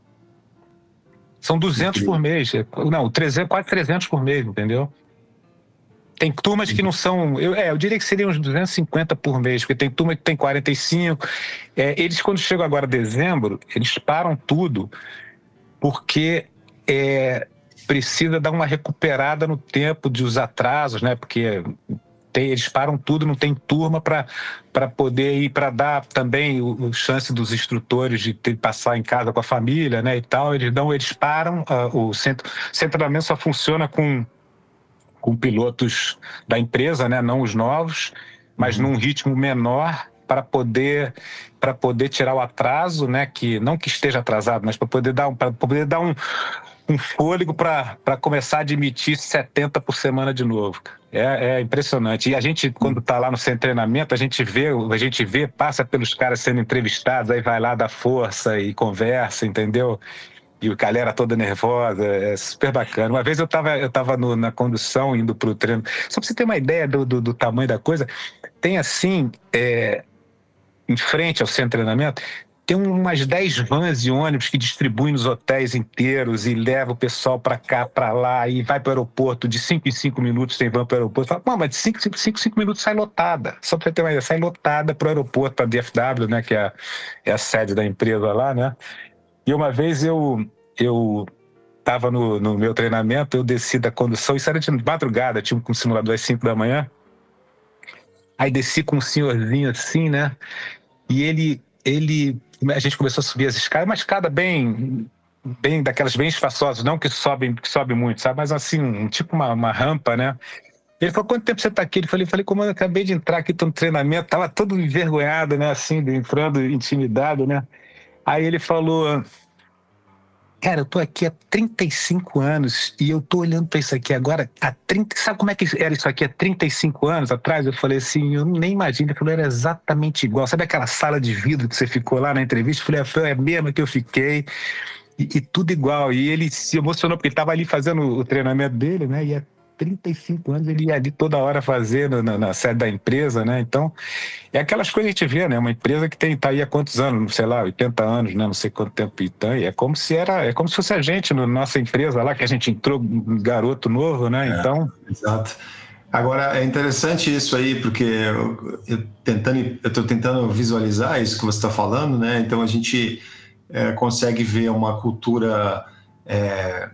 São duzentos por mês. Não, trezentos, quase trezentos por mês, entendeu? Tem turmas que não são... Eu, é, eu diria que seriam uns duzentos e cinquenta por mês, porque tem turma que tem quarenta e cinco. É, eles, quando chegam agora dezembro, eles param tudo, porque... É, precisa dar uma recuperada no tempo de os atrasos, né? Porque... Tem, eles param tudo, não tem turma para poder ir, para dar também o, o chance dos instrutores de ter, passar em casa com a família, né, e tal. Eles dão, eles param, uh, o centro, centro de treinamento só funciona com, com pilotos da empresa, né, não os novos, mas uhum. num ritmo menor para poder, para poder tirar o atraso, né, que, não que esteja atrasado, mas para poder dar um, para poder dar um, um fôlego para começar a admitir setenta por semana de novo. É, é impressionante. E a gente, quando está lá no centro de treinamento, a gente vê, a gente vê, passa pelos caras sendo entrevistados, aí vai lá, dá força e conversa, entendeu? e a galera toda nervosa, é super bacana. Uma vez eu estava eu tava no, na condução, indo para o treino, só para você ter uma ideia do, do, do tamanho da coisa, tem assim, é, em frente ao centro de treinamento, tem umas dez vans e ônibus que distribuem nos hotéis inteiros e levam o pessoal para cá, para lá, e vai para o aeroporto, de cinco em cinco minutos tem van para o aeroporto. Fala, não, mas de cinco em cinco minutos sai lotada. Só para você ter uma ideia, sai lotada para o aeroporto, para a D F W, né, que é a, é a sede da empresa lá, né? E uma vez eu eu estava no, no meu treinamento, eu desci da condução, isso era de madrugada, tinha um simulador às cinco da manhã, aí desci com um senhorzinho assim, né? E ele, ele, a gente começou a subir as escadas, uma escada bem, bem daquelas bem espaçosas, não que sobe, que sobe muito, sabe? Mas assim, um, tipo uma, uma rampa, né? Ele falou, quanto tempo você está aqui? Ele falou, falei, como eu acabei de entrar aqui, tô no treinamento, tava todo envergonhado, né? Assim, entrando intimidado, né? Aí ele falou, cara, eu tô aqui há trinta e cinco anos e eu tô olhando para isso aqui agora há trinta... Sabe como é que era isso aqui há trinta e cinco anos atrás? Eu falei assim, eu nem imagino. Ele falou, era exatamente igual. Sabe aquela sala de vidro que você ficou lá na entrevista? Eu falei, foi a mesma que eu fiquei e, e tudo igual. E ele se emocionou porque ele estava ali fazendo o treinamento dele, né? E há trinta e cinco anos ele ia ali toda hora fazendo na, na sede da empresa, né? Então, é aquelas coisas que a gente vê, né? Uma empresa que tem, tá aí há quantos anos? Sei lá, oitenta anos, né? Não sei quanto tempo tem. É como se era, é como se fosse a gente, na nossa empresa lá, que a gente entrou um garoto novo, né? É, então... Exato. Agora, é interessante isso aí, porque eu, eu tentando, eu estou tentando visualizar isso que você está falando, né? Então, a gente é, consegue ver uma cultura... É,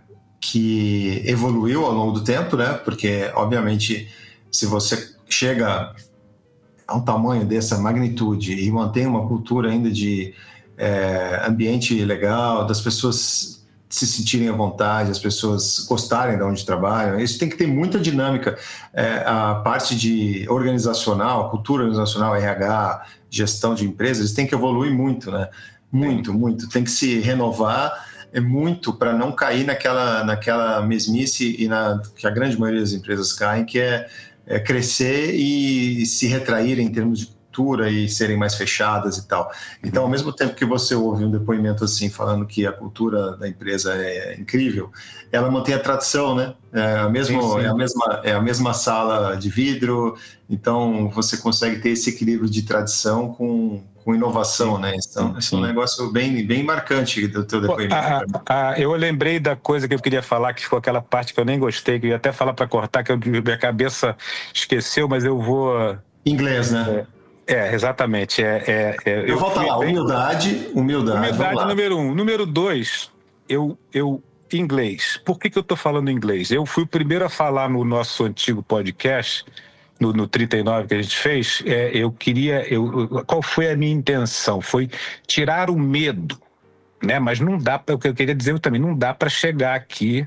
que evoluiu ao longo do tempo, né? Porque, obviamente, se você chega a um tamanho dessa magnitude e mantém uma cultura ainda de é, ambiente legal, das pessoas se sentirem à vontade, as pessoas gostarem de onde trabalham, isso tem que ter muita dinâmica. É, a parte de organizacional, a cultura organizacional, R H, gestão de empresas, eles têm que evoluir muito, né? Muito, muito. Tem que se renovar é muito para não cair naquela, naquela mesmice e na, que a grande maioria das empresas caem, que é, é crescer e se retrair em termos de cultura e serem mais fechadas e tal. Então, ao mesmo tempo que você ouve um depoimento assim, falando que a cultura da empresa é incrível, ela mantém a tradição, né? É a, mesmo, sim, sim. É a, mesma, é a mesma sala de vidro, então você consegue ter esse equilíbrio de tradição com... com inovação, sim, né? Então, esse é um negócio bem, bem marcante do teu depoimento. Ah, ah, eu lembrei da coisa que eu queria falar, que foi aquela parte que eu nem gostei, que eu ia até falar para cortar, que eu, minha cabeça esqueceu, mas eu vou... Inglês, né? É, é exatamente. É, é, é, eu eu volto lá, bem... humildade, humildade. Humildade, número um. Número dois, eu... eu inglês. Por que, que eu estou falando inglês? Eu fui o primeiro a falar no nosso antigo podcast... No, no trinta e nove que a gente fez, é, eu queria... Eu, qual foi a minha intenção? Foi tirar o medo, né? Mas não dá para... O que eu queria dizer também, não dá para chegar aqui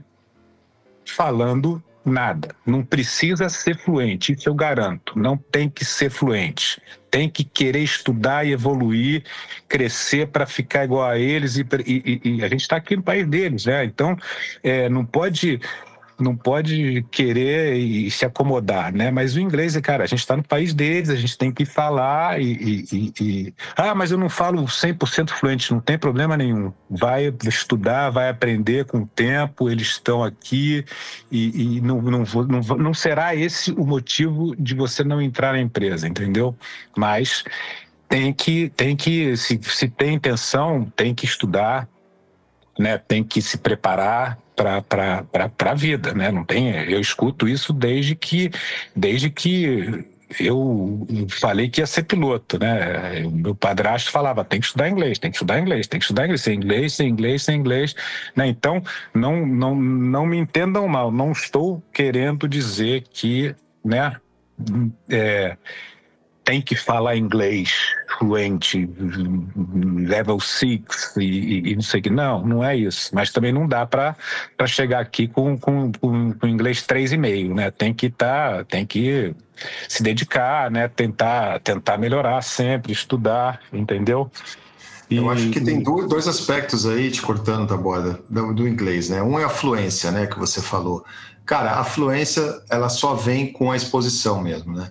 falando nada. Não precisa ser fluente, isso eu garanto. Não tem que ser fluente. Tem que querer estudar e evoluir, crescer para ficar igual a eles. E, e, e a gente está aqui no país deles, né? Então, é, não pode... não pode querer e se acomodar, né? Mas o inglês, cara, a gente está no país deles, a gente tem que falar e, e, e... Ah, mas eu não falo cem por cento fluente, não tem problema nenhum. Vai estudar, vai aprender com o tempo, eles estão aqui e, e não, não, não, não será esse o motivo de você não entrar na empresa, entendeu? Mas tem que, tem que se, se tem intenção, tem que estudar, né? Tem que se preparar para a vida, né? Não tem, eu escuto isso desde que, desde que eu falei que ia ser piloto, né? O meu padrasto falava, tem que estudar inglês, tem que estudar inglês, tem que estudar inglês, sem inglês, sem inglês, sem inglês, né? Então, não, não, não me entendam mal, não estou querendo dizer que, né, é, tem que falar inglês fluente, level seis e, e não sei o que. Não, não é isso. Mas também não dá para chegar aqui com, com, com, com inglês três e meio, né? Tem que tá, tem que se dedicar, né? Tentar, tentar melhorar sempre, estudar, entendeu? E... Eu acho que tem dois aspectos aí, te cortando, Taboada, do, do inglês, né? Um é a fluência, né? Que você falou. Cara, a fluência, ela só vem com a exposição mesmo, né?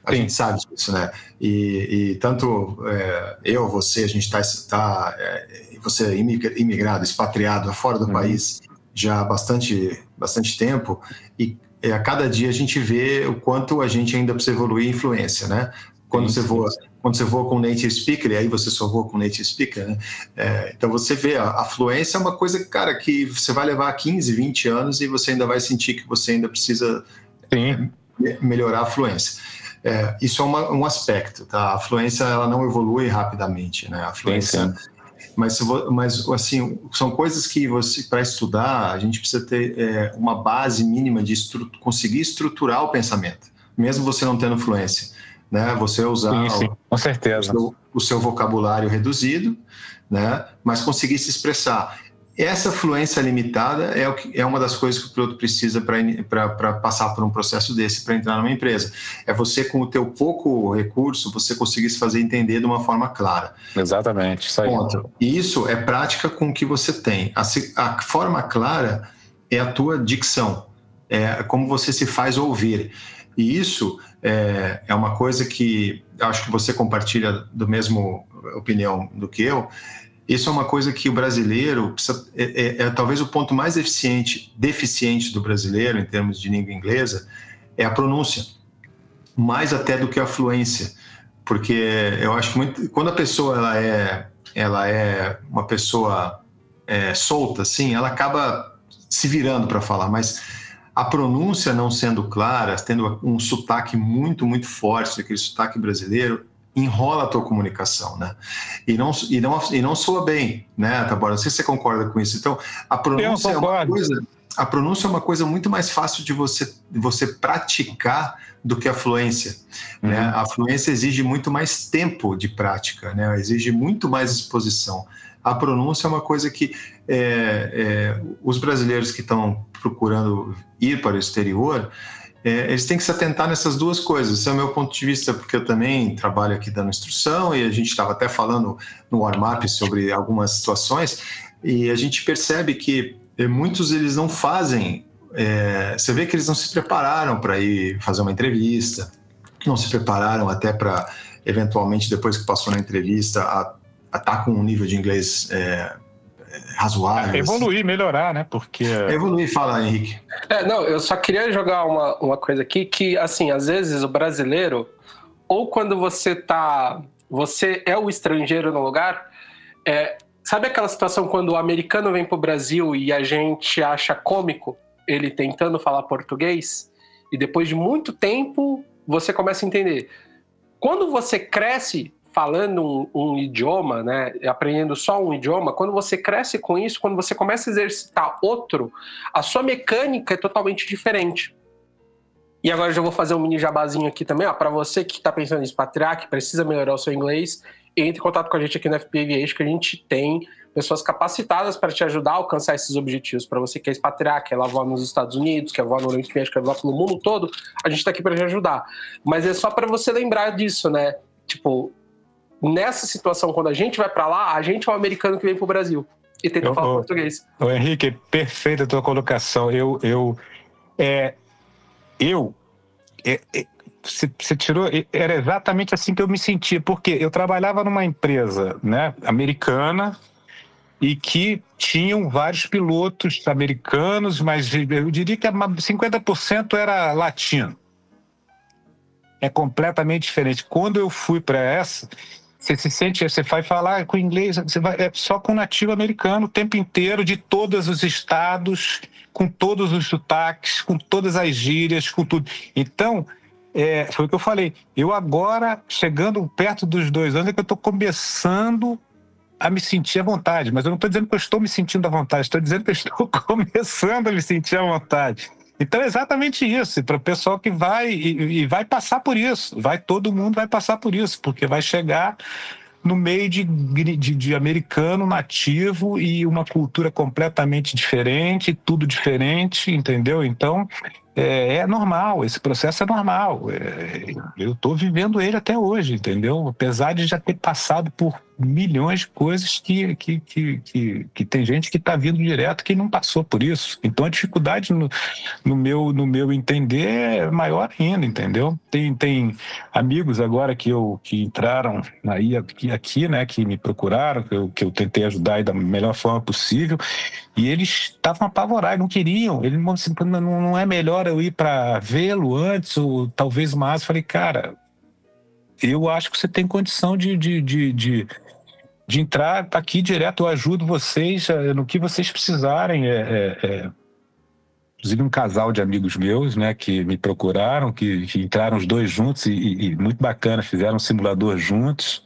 A Sim. gente sabe disso, né? E, e tanto é, eu, você, a gente está... Tá, é, você é imigrado, expatriado fora do uhum. país já há bastante, bastante tempo, e é, a cada dia a gente vê o quanto a gente ainda precisa evoluir em fluência, né? Quando sim, você voa, sim. quando você voa com native speaker, e aí você só voa com native speaker, né? É, então você vê, a, a fluência é uma coisa, cara, que você vai levar quinze, vinte anos e você ainda vai sentir que você ainda precisa é, melhorar a fluência. É, isso é uma, um aspecto, tá? A fluência, ela não evolui rapidamente, né? A fluência... Sim, sim. Mas, mas, assim, são coisas que você, para estudar, a gente precisa ter é, uma base mínima de estru- conseguir estruturar o pensamento, mesmo você não tendo fluência, né? Você usar sim, sim, com certeza. O, seu, o seu vocabulário reduzido, né? Mas conseguir se expressar. Essa fluência limitada é, o que, é uma das coisas que o piloto precisa para passar por um processo desse, para entrar numa empresa. É você, com o teu pouco recurso, você conseguir se fazer entender de uma forma clara. Exatamente, isso aí. Ponto. E isso é prática com o que você tem. A, a forma clara é a tua dicção, é como você se faz ouvir. E isso é, é uma coisa que acho que você compartilha do mesmo opinião do que eu. Isso é uma coisa que o brasileiro, precisa, é, é, é talvez o ponto mais eficiente, deficiente do brasileiro, em termos de língua inglesa, é a pronúncia, mais até do que a fluência, porque eu acho que muito, quando a pessoa ela é, ela é uma pessoa é, solta, assim, ela acaba se virando para falar, mas a pronúncia não sendo clara, tendo um sotaque muito, muito forte, aquele sotaque brasileiro, enrola a tua comunicação, né? E não, e não, e não soa bem, né, Taborda? Não sei se você concorda com isso. Então, a pronúncia é uma coisa, a pronúncia é uma coisa muito mais fácil de você, de você praticar do que a fluência, uhum. né? A fluência exige muito mais tempo de prática, né? Exige muito mais exposição. A pronúncia é uma coisa que é, é, os brasileiros que estão procurando ir para o exterior, É, eles têm que se atentar nessas duas coisas. Esse é o meu ponto de vista, porque eu também trabalho aqui dando instrução e a gente estava até falando no warm-up sobre algumas situações e a gente percebe que muitos eles não fazem, é, você vê que eles não se prepararam para ir fazer uma entrevista, não se prepararam até para, eventualmente, depois que passou na entrevista, a estar tá com um nível de inglês é, razoável. É, evoluir, assim. Melhorar, né? Porque... É evoluir, fala, Henrique. É, não, eu só queria jogar uma, uma coisa aqui que, assim, às vezes o brasileiro, ou quando você tá, você é o estrangeiro no lugar, é, sabe aquela situação quando o americano vem pro Brasil e a gente acha cômico ele tentando falar português, e depois de muito tempo você começa a entender. Quando você cresce falando um, um idioma, né, aprendendo só um idioma, quando você cresce com isso, quando você começa a exercitar outro, a sua mecânica é totalmente diferente. E agora eu já vou fazer um mini jabazinho aqui também, ó, para você que está pensando em expatriar, que precisa melhorar o seu inglês, entre em contato com a gente aqui no F P Aviation, que a gente tem pessoas capacitadas para te ajudar a alcançar esses objetivos. Para você que quer expatriar, quer voar nos Estados Unidos, quer voar no Oriente Médio, quer voar pelo mundo todo, a gente está aqui para te ajudar. Mas é só para você lembrar disso, né? Tipo, nessa situação, quando a gente vai para lá, a gente é o americano que vem pro Brasil e tenta eu, falar eu, português. Ô, Henrique, perfeita a tua colocação. Eu, eu, é, eu, é, é, você, você tirou, era exatamente assim que eu me sentia, porque eu trabalhava numa empresa, né, americana e que tinham vários pilotos americanos, mas eu diria que cinquenta por cento era latino. É completamente diferente. Quando eu fui para essa, você se sente, você vai falar com inglês, você vai, é só com nativo americano o tempo inteiro, de todos os estados, com todos os sotaques, com todas as gírias, com tudo. Então, é, foi o que eu falei. Eu agora, chegando perto dos dois anos, é que eu estou começando a me sentir à vontade. Mas eu não estou dizendo que eu estou me sentindo à vontade, estou dizendo que eu estou começando a me sentir à vontade. Então é exatamente isso, para o pessoal que vai e, e vai passar por isso, vai, todo mundo vai passar por isso, porque vai chegar no meio de, de, de americano nativo e uma cultura completamente diferente, tudo diferente, entendeu? Então é, é normal, esse processo é normal, é, eu estou vivendo ele até hoje, entendeu? Apesar de já ter passado por milhões de coisas que, que, que, que, que tem gente que está vindo direto que não passou por isso. Então a dificuldade no, no, meu, no meu entender é maior ainda, entendeu? Tem, tem amigos agora que, eu, que entraram aí, aqui, aqui, né, que me procuraram, que eu, que eu tentei ajudar aí da melhor forma possível, e eles estavam apavorados, não queriam. Eles não, não é melhor eu ir para vê-lo antes, ou talvez mais. Falei, cara, eu acho que você tem condição de, de, de, de, de entrar aqui direto, eu ajudo vocês no que vocês precisarem. É, é, é, inclusive um casal de amigos meus, né, que me procuraram, que, que entraram os dois juntos e, e muito bacana, fizeram um simulador juntos.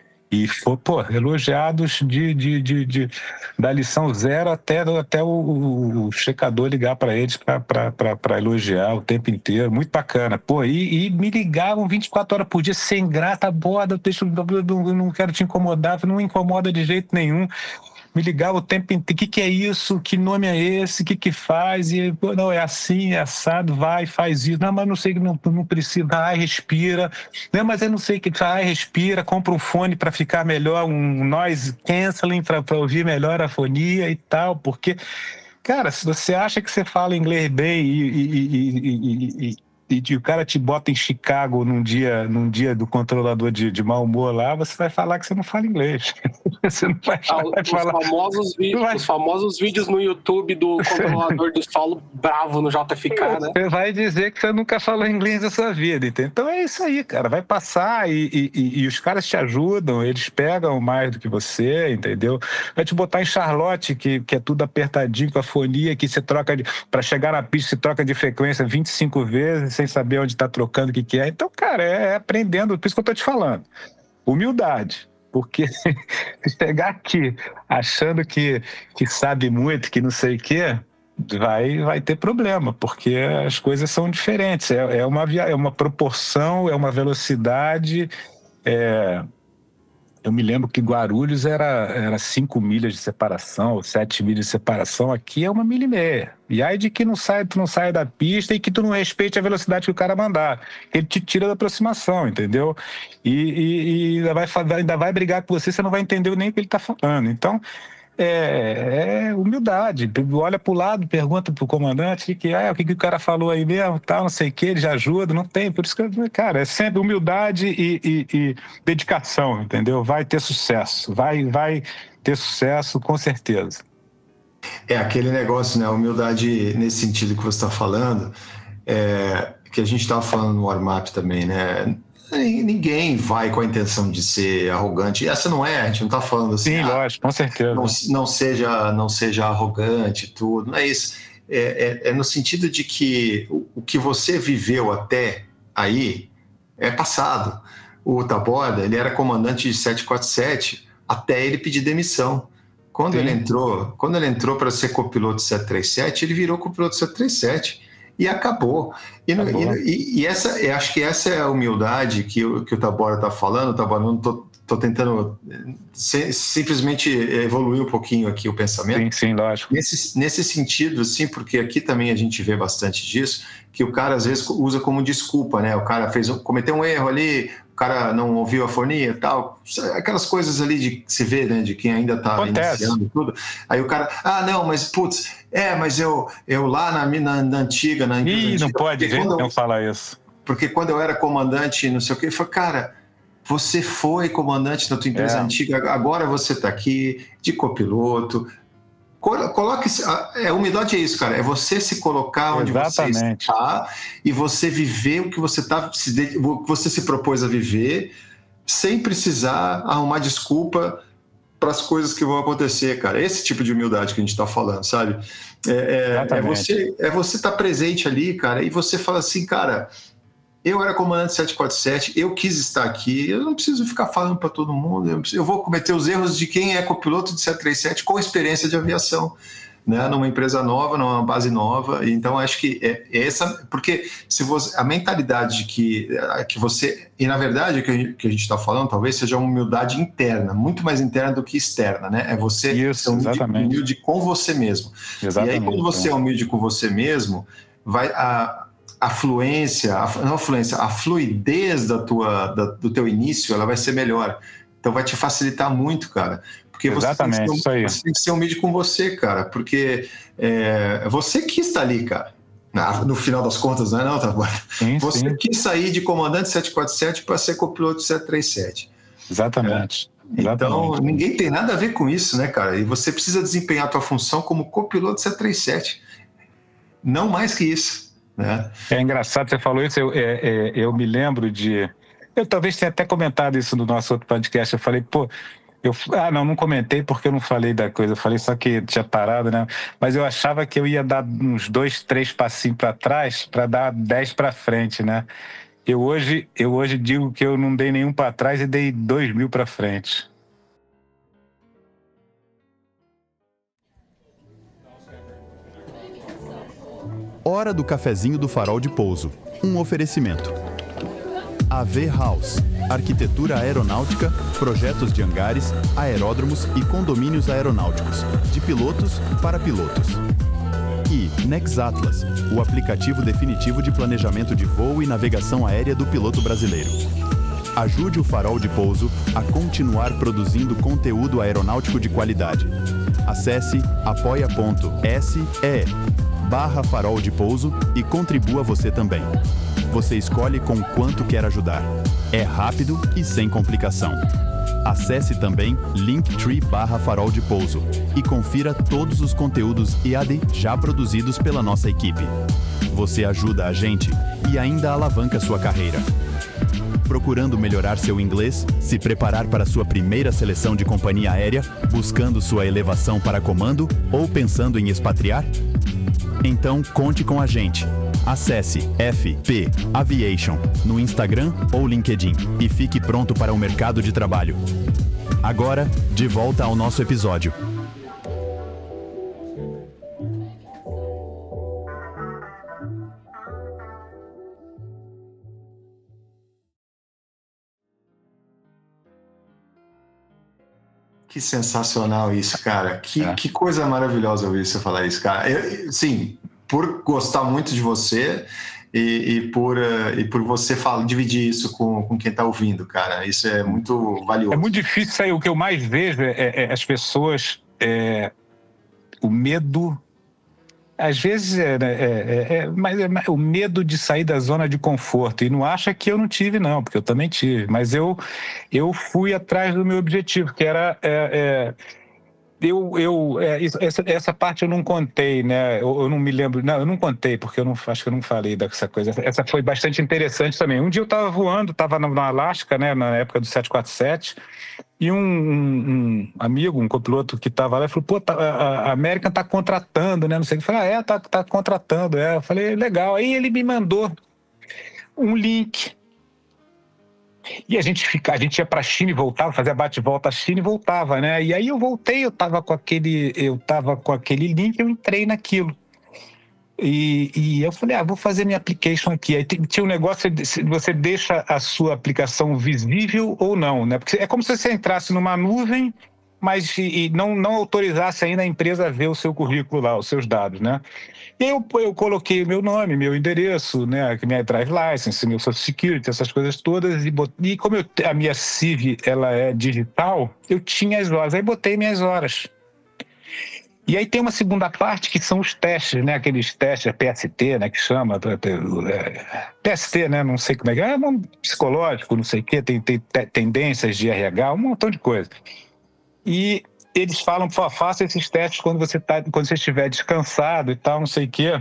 E foi, pô, elogiados de, de, de, de, da lição zero até, até o, o checador ligar para eles para elogiar o tempo inteiro. Muito bacana. Pô, e, e me ligavam vinte e quatro horas por dia, sem graça, borda, deixa, eu não quero te incomodar, não me incomoda de jeito nenhum. Me ligava o tempo inteiro, o que, que é isso? Que nome é esse? O que, que faz? E, pô, não, é assim, é assado, vai, faz isso. Não, mas não sei que não, não precisa. Vai, respira. Não, mas eu não sei que vai, respira, compra um fone para ficar melhor, um noise canceling para ouvir melhor a fonia e tal, porque, cara, se você acha que você fala inglês bem e, e, e, e, e e o cara te bota em Chicago num dia, num dia do controlador de, de mau humor lá, você vai falar que você não fala inglês. Você não vai, ah, vai os falar. Famosos vídeos, vai... Os famosos vídeos no YouTube do controlador do solo bravo no J F K, né? Você vai dizer que você nunca falou inglês na sua vida, entendeu? Então é isso aí, cara. Vai passar e, e, e, e os caras te ajudam, eles pegam mais do que você, entendeu? Vai te botar em Charlotte, que, que é tudo apertadinho com a fonia, que você troca de... Para chegar na pista, você troca de frequência vinte e cinco vezes, sem saber onde está trocando, o que, que é. Então, cara, é, é aprendendo, por isso que eu estou te falando. Humildade. Porque se chegar aqui achando que, que sabe muito, que não sei o quê, vai, vai ter problema, porque as coisas são diferentes. É, é, uma, é uma proporção, é uma velocidade. É... Eu me lembro que Guarulhos era, era cinco milhas de separação, ou sete milhas de separação. Aqui é uma milha e meia. E aí de que não sai, tu não sai da pista e que tu não respeite a velocidade que o cara mandar. Ele te tira da aproximação, entendeu? E, e, e ainda, vai, ainda vai brigar com você, você não vai entender nem o que ele está falando. Então, é, é humildade. Olha para o lado, pergunta para o comandante o que, que é, o que, que o cara falou aí mesmo, tal, não sei o que, ele já ajuda, não tem. Por isso que, cara, é sempre humildade e, e, e dedicação, entendeu? Vai ter sucesso, vai, vai ter sucesso com certeza. É aquele negócio, né? Humildade nesse sentido que você está falando, é, que a gente estava falando no warm-up também, né? Ninguém vai com a intenção de ser arrogante. E essa não é, a gente não está falando assim. Sim, ah, lógico, com certeza. Não, não, seja, não seja arrogante e tudo. Não é isso. É, é, é no sentido de que o, o que você viveu até aí é passado. O Taborda, ele era comandante de sete quatro sete até ele pedir demissão. Quando Sim. ele entrou, quando ele entrou para ser copiloto de sete três sete, ele virou copiloto de sete três sete. E acabou. E, acabou. e, e essa, eu acho que essa é a humildade que, que o Taborda está falando. Taborda, não estou tentando se, simplesmente evoluir um pouquinho aqui o pensamento. Sim, sim, lógico. Nesse, nesse sentido, sim, porque aqui também a gente vê bastante disso, que o cara às vezes usa como desculpa, né? O cara fez, cometeu um erro ali, o cara não ouviu a fonia e tal, aquelas coisas ali de se vê, né? De quem ainda está iniciando tudo. Aí o cara, ah, não, mas putz, é, mas eu, eu lá na, na, na antiga, na empresa Ih, antiga, não pode ver, não eu, falar isso. Porque quando eu era comandante, não sei o quê, eu falei, cara, você foi comandante da tua empresa é. antiga, agora você está aqui de copiloto. Coloque, a humildade é isso, cara, é você se colocar onde Exatamente. você está e você viver o que você, tá, o que você se propôs a viver, sem precisar arrumar desculpa para as coisas que vão acontecer, cara. Esse tipo de humildade que a gente está falando, sabe? É, é, é você é você estar tá presente ali, cara, e você fala assim, cara, eu era comandante sete quatro sete, eu quis estar aqui, eu não preciso ficar falando para todo mundo, eu, preciso, eu vou cometer os erros de quem é copiloto de sete três sete com experiência de aviação, né, numa empresa nova, numa base nova. Então acho que é, é essa, porque se você, a mentalidade de que, que você, e na verdade o que, que a gente está falando talvez seja uma humildade interna, muito mais interna do que externa, né? É você Isso, ser humilde, humilde com você mesmo. Exatamente. E aí quando você é humilde com você mesmo, vai a a fluência, a, não a fluência, a fluidez da tua, da, do teu início, ela vai ser melhor. Então vai te facilitar muito, cara. Porque você Exatamente, tem, que isso ser, aí. você tem que ser humilde com você, cara. Porque é, você quis estar ali, cara. No final das contas, não é não, tá bom? Sim, Você sim. quis sair de comandante sete quatro sete para ser copiloto sete três sete. Exatamente. É. Então, Exatamente. ninguém tem nada a ver com isso, né, cara? E você precisa desempenhar a tua função como copiloto sete três sete. Não mais que isso, né? É engraçado, você falou isso, eu, é, é, eu me lembro de... Eu talvez tenha até comentado isso no nosso outro podcast, eu falei, pô... Eu, ah, não, não comentei porque eu não falei da coisa, eu falei só que tinha parado, né? Mas eu achava que eu ia dar uns dois, três passinhos para trás para dar dez para frente, né? Eu hoje, eu hoje digo que eu não dei nenhum para trás e dei dois mil para frente. Hora do cafezinho do Farol de Pouso. Um oferecimento. A V House, arquitetura aeronáutica, projetos de hangares, aeródromos e condomínios aeronáuticos, de pilotos para pilotos. E Nexatlas, o aplicativo definitivo de planejamento de voo e navegação aérea do piloto brasileiro. Ajude o Farol de Pouso a continuar produzindo conteúdo aeronáutico de qualidade. Acesse apoia.se barra Farol de Pouso e contribua você também. Você escolhe com quanto quer ajudar. É rápido e sem complicação. Acesse também linktree barra Farol de Pouso e confira todos os conteúdos E A D já produzidos pela nossa equipe. Você ajuda a gente e ainda alavanca sua carreira. Procurando melhorar seu inglês, se preparar para sua primeira seleção de companhia aérea, buscando sua elevação para comando ou pensando em expatriar? Então conte com a gente. Acesse F P Aviation no Instagram ou LinkedIn e fique pronto para o mercado de trabalho. Agora, de volta ao nosso episódio. Que sensacional isso, cara. Que, É. que coisa maravilhosa ouvir você falar isso, cara. Eu, sim, por gostar muito de você e, e, por, uh, e por você falar, dividir isso com, com quem está ouvindo, cara. Isso é muito valioso. É muito difícil sair. O que eu mais vejo é, é, é as pessoas... É, o medo... Às vezes é, é, é, é, mas é o medo de sair da zona de conforto. E não acha que eu não tive, não, porque eu também tive. Mas eu, eu fui atrás do meu objetivo, que era... É, é, eu, eu, é, isso, essa, essa parte eu não contei, né? Eu, eu não me lembro... Não, eu não contei, porque eu não, acho que eu não falei dessa coisa. Essa foi bastante interessante também. Um dia eu estava voando, estava no, no Alasca, né, na época do sete quatro sete, e um, um, um amigo, um copiloto que estava lá, falou, pô, tá, a, a American está contratando, né? Não sei o que. Eu falei, ah, é, tá, tá contratando. É. Eu falei, legal. Aí ele me mandou um link. E a gente, fica, a gente ia para a China e voltava, fazia bate-volta à China e voltava, né? E aí eu voltei, eu estava com aquele, eu tava com aquele link, eu entrei naquilo. E, e eu falei, ah, vou fazer minha application aqui. Aí tinha um negócio, você deixa a sua aplicação visível ou não, né? Porque é como se você entrasse numa nuvem, mas e não, não autorizasse ainda a empresa a ver o seu currículo lá, os seus dados, né? E aí eu, eu coloquei meu nome, meu endereço, né? Minha drive license, meu social security, essas coisas todas. E, botei, e como eu, a minha C V ela é digital, eu tinha as horas. Aí botei minhas horas. E aí tem uma segunda parte que são os testes, né? Aqueles testes, P S T, né? Que chama, P S T, né? Não sei como é que é, é um psicológico, não sei o quê, tem, tem tendências de R H, um montão de coisa. E eles falam, pô, faça esses testes quando você, tá, quando você estiver descansado e tal, não sei o quê.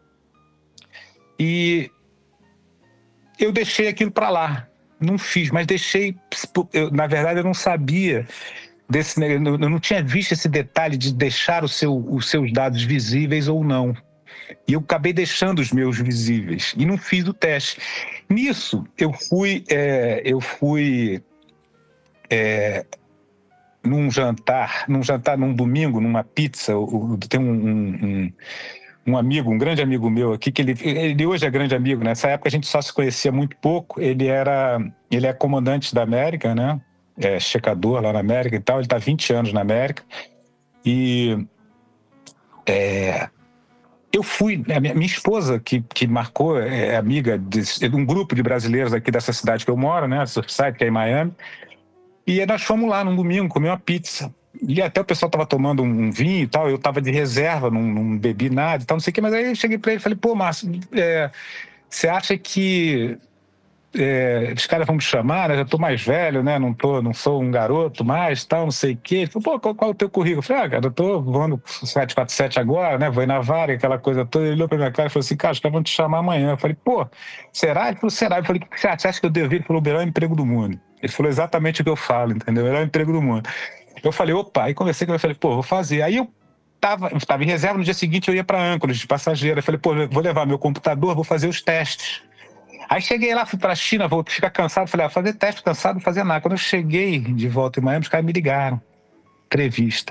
E eu deixei aquilo para lá, não fiz, mas deixei, eu, na verdade eu não sabia... Desse, eu não tinha visto esse detalhe de deixar o seu, os seus dados visíveis ou não. E eu acabei deixando os meus visíveis e não fiz o teste. Nisso, eu fui, é, eu fui é, num jantar, num jantar, num domingo, numa pizza. Tem um, um, um amigo, um grande amigo meu aqui, que ele, ele hoje é grande amigo. Nessa época a gente só se conhecia muito pouco. Ele, era, ele é comandante da América, né? É, checador lá na América e tal, ele está há vinte anos na América, e é, eu fui, a minha, minha esposa, que, que marcou, é amiga de, de um grupo de brasileiros aqui dessa cidade que eu moro, né, Surfside, que é em Miami, E aí nós fomos lá num domingo comer uma pizza. E até o pessoal tava tomando um vinho e tal, eu tava de reserva, não, não bebi nada e tal, não sei o que, mas aí eu cheguei pra ele e falei, pô, Márcio, é, você acha que é, os caras vão me chamar, né? Já tô mais velho, né? Não, tô, não sou um garoto mais, tal, não sei o quê. Ele falou, pô, qual, qual é o teu currículo? Eu falei, ah, cara, eu tô voando sete quatro sete agora, né? Vou ir na Varig, aquela coisa toda. Ele olhou pra minha cara e falou assim, cara, os caras vão te chamar amanhã. Eu falei, pô, será? Ele falou, será? Eu falei, o que você acha? Você acha que eu devo ir? Ele falou, o melhor emprego do mundo. Ele falou exatamente o que eu falo, entendeu? O melhor emprego do mundo. Eu falei, opa, aí conversei com ele, eu falei, pô, vou fazer. Aí eu tava, eu tava em reserva, no dia seguinte eu ia pra Anchorage, de passageiro. Eu falei, pô, vou levar meu computador, vou fazer os testes. Aí cheguei lá, fui pra China, vou ficar cansado, falei, ah, fazer teste, cansado, não fazer nada. Quando eu cheguei de volta em Miami, os caras me ligaram, entrevista.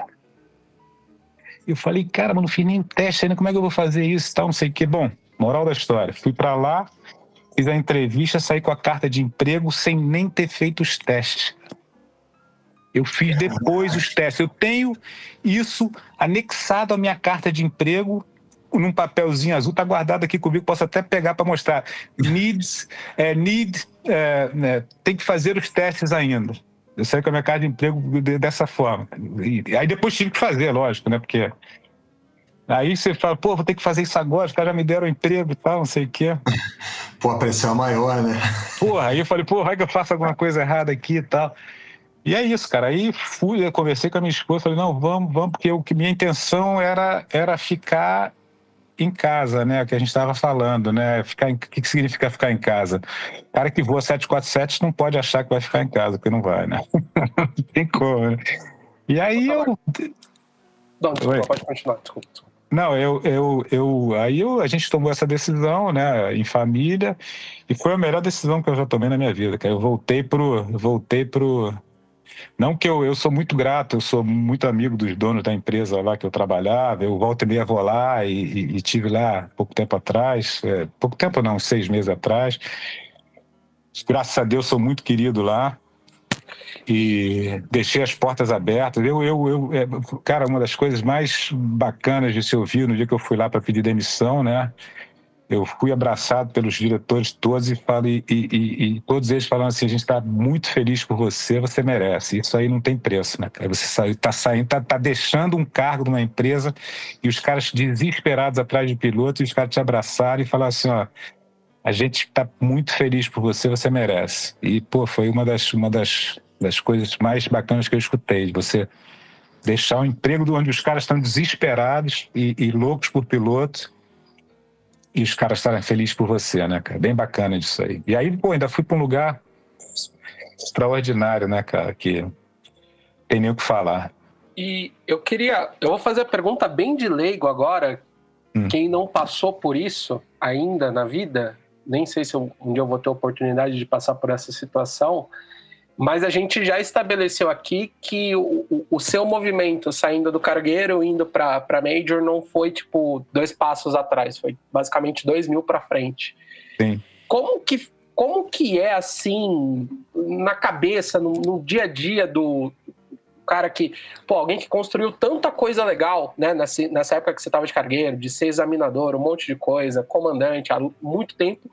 Eu falei, cara, mas não fiz nem teste ainda, como é que eu vou fazer isso e tal, não sei o quê. Bom, moral da história, fui pra lá, fiz a entrevista, saí com a carta de emprego sem nem ter feito os testes. Eu fiz depois os testes. Eu tenho isso anexado à minha carta de emprego, num papelzinho azul, tá guardado aqui comigo, posso até pegar para mostrar. Needs, é, need, é, né, tem que fazer os testes ainda. Eu saí com a minha carta de emprego dessa forma. E aí depois tive que fazer, lógico, né? Porque aí você fala, pô, vou ter que fazer isso agora, os caras já me deram emprego e tal, não sei o quê. Pô, a pressão é maior, né? Porra, aí eu falei, pô, vai que eu faço alguma coisa errada aqui e tal. E é isso, cara. Aí fui, eu conversei com a minha esposa, falei, não, vamos, vamos, porque o que minha intenção era, era ficar em casa, né, o que a gente estava falando, né, ficar em, o que, que significa ficar em casa? O cara que voa sete quatro sete não pode achar que vai ficar em casa, porque não vai, né? Não tem como, né? E aí eu... Não, desculpa, pode continuar, desculpa. Não, eu, eu, eu, aí eu, a gente tomou essa decisão, né, em família, e foi a melhor decisão que eu já tomei na minha vida, cara. Eu voltei pro, voltei pro, não que eu, eu sou muito grato, eu sou muito amigo dos donos da empresa lá que eu trabalhava, eu volto e meia vou lá e, e, e tive lá pouco tempo atrás, é, pouco tempo não, seis meses atrás. Graças a Deus sou muito querido lá e deixei as portas abertas. Eu, eu, eu, é, cara, uma das coisas mais bacanas de se ouvir no dia que eu fui lá para pedir demissão, né? Eu fui abraçado pelos diretores todos e, falo, e, e, e, e todos eles falando assim, a gente está muito feliz por você, você merece. Isso aí não tem preço, né, cara? Você está saindo, está tá deixando um cargo numa empresa e os caras desesperados atrás de piloto e os caras te abraçaram e falaram assim, ó, a gente está muito feliz por você, você merece. E, pô, foi uma das, uma das, das coisas mais bacanas que eu escutei, você deixar um emprego onde os caras estão desesperados e, e loucos por piloto e os caras estarem felizes por você, né, cara? Bem bacana disso aí. E aí, pô, ainda fui para um lugar extraordinário, né, cara? Que tem nem o que falar. E eu queria... Eu vou fazer a pergunta bem de leigo agora. Hum. Quem não passou por isso ainda na vida, nem sei se um dia eu vou ter a oportunidade de passar por essa situação, mas a gente já estabeleceu aqui que o, o, o seu movimento saindo do cargueiro, indo para Major, não foi tipo dois passos atrás, foi basicamente dois mil para frente. Sim. Como que, como que é assim, na cabeça, no, no dia a dia do cara que, pô, alguém que construiu tanta coisa legal, né, nessa, nessa época que você estava de cargueiro, de ser examinador, um monte de coisa, comandante, há muito tempo,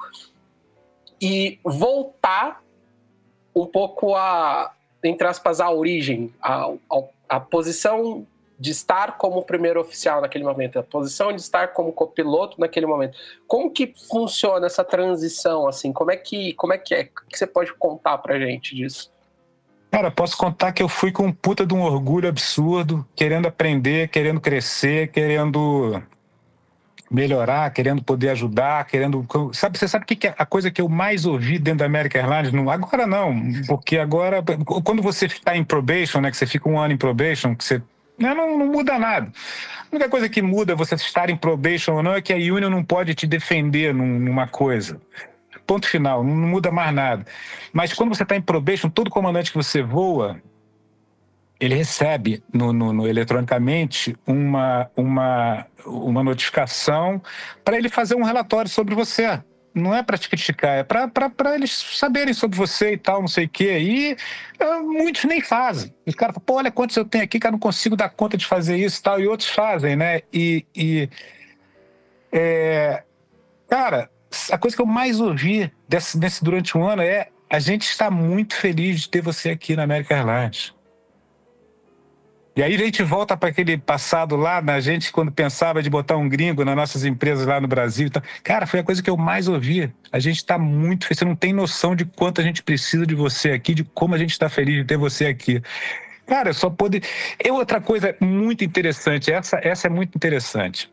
e voltar um pouco a, entre aspas, a origem, a, a, a posição de estar como primeiro oficial naquele momento, a posição de estar como copiloto naquele momento. Como que funciona essa transição, assim? Como é que, como é, que é? O que você pode contar pra gente disso? Cara, posso contar que eu fui com um puta de um orgulho absurdo, querendo aprender, querendo crescer, querendo melhorar, querendo poder ajudar, querendo... Sabe, você sabe o que é a coisa que eu mais ouvi dentro da American Airlines? Não, agora não, porque agora... Quando você está em probation, né, que você fica um ano em probation, que você... Não, não, não muda nada. A única coisa que muda você estar em probation ou não é que a union não pode te defender num, numa coisa. Ponto final, não muda mais nada. Mas quando você está em probation, todo comandante que você voa, ele recebe no, no, no, eletronicamente uma, uma, uma notificação para ele fazer um relatório sobre você. Não é para te criticar, é para eles saberem sobre você e tal, não sei o quê. E uh, muitos nem fazem. Os caras falam, pô, olha quantos eu tenho aqui que eu não consigo dar conta de fazer isso e tal. E outros fazem, né? E, e é, cara, a coisa que eu mais ouvi desse, desse, durante um ano é a gente está muito feliz de ter você aqui na American Airlines. E aí a gente volta para aquele passado lá, na gente quando pensava de botar um gringo nas nossas empresas lá no Brasil. Então, cara, foi a coisa que eu mais ouvi. A gente está muito feliz. Você não tem noção de quanto a gente precisa de você aqui, de como a gente está feliz de ter você aqui. Cara, eu só pode... E outra coisa muito interessante, essa, essa é muito interessante.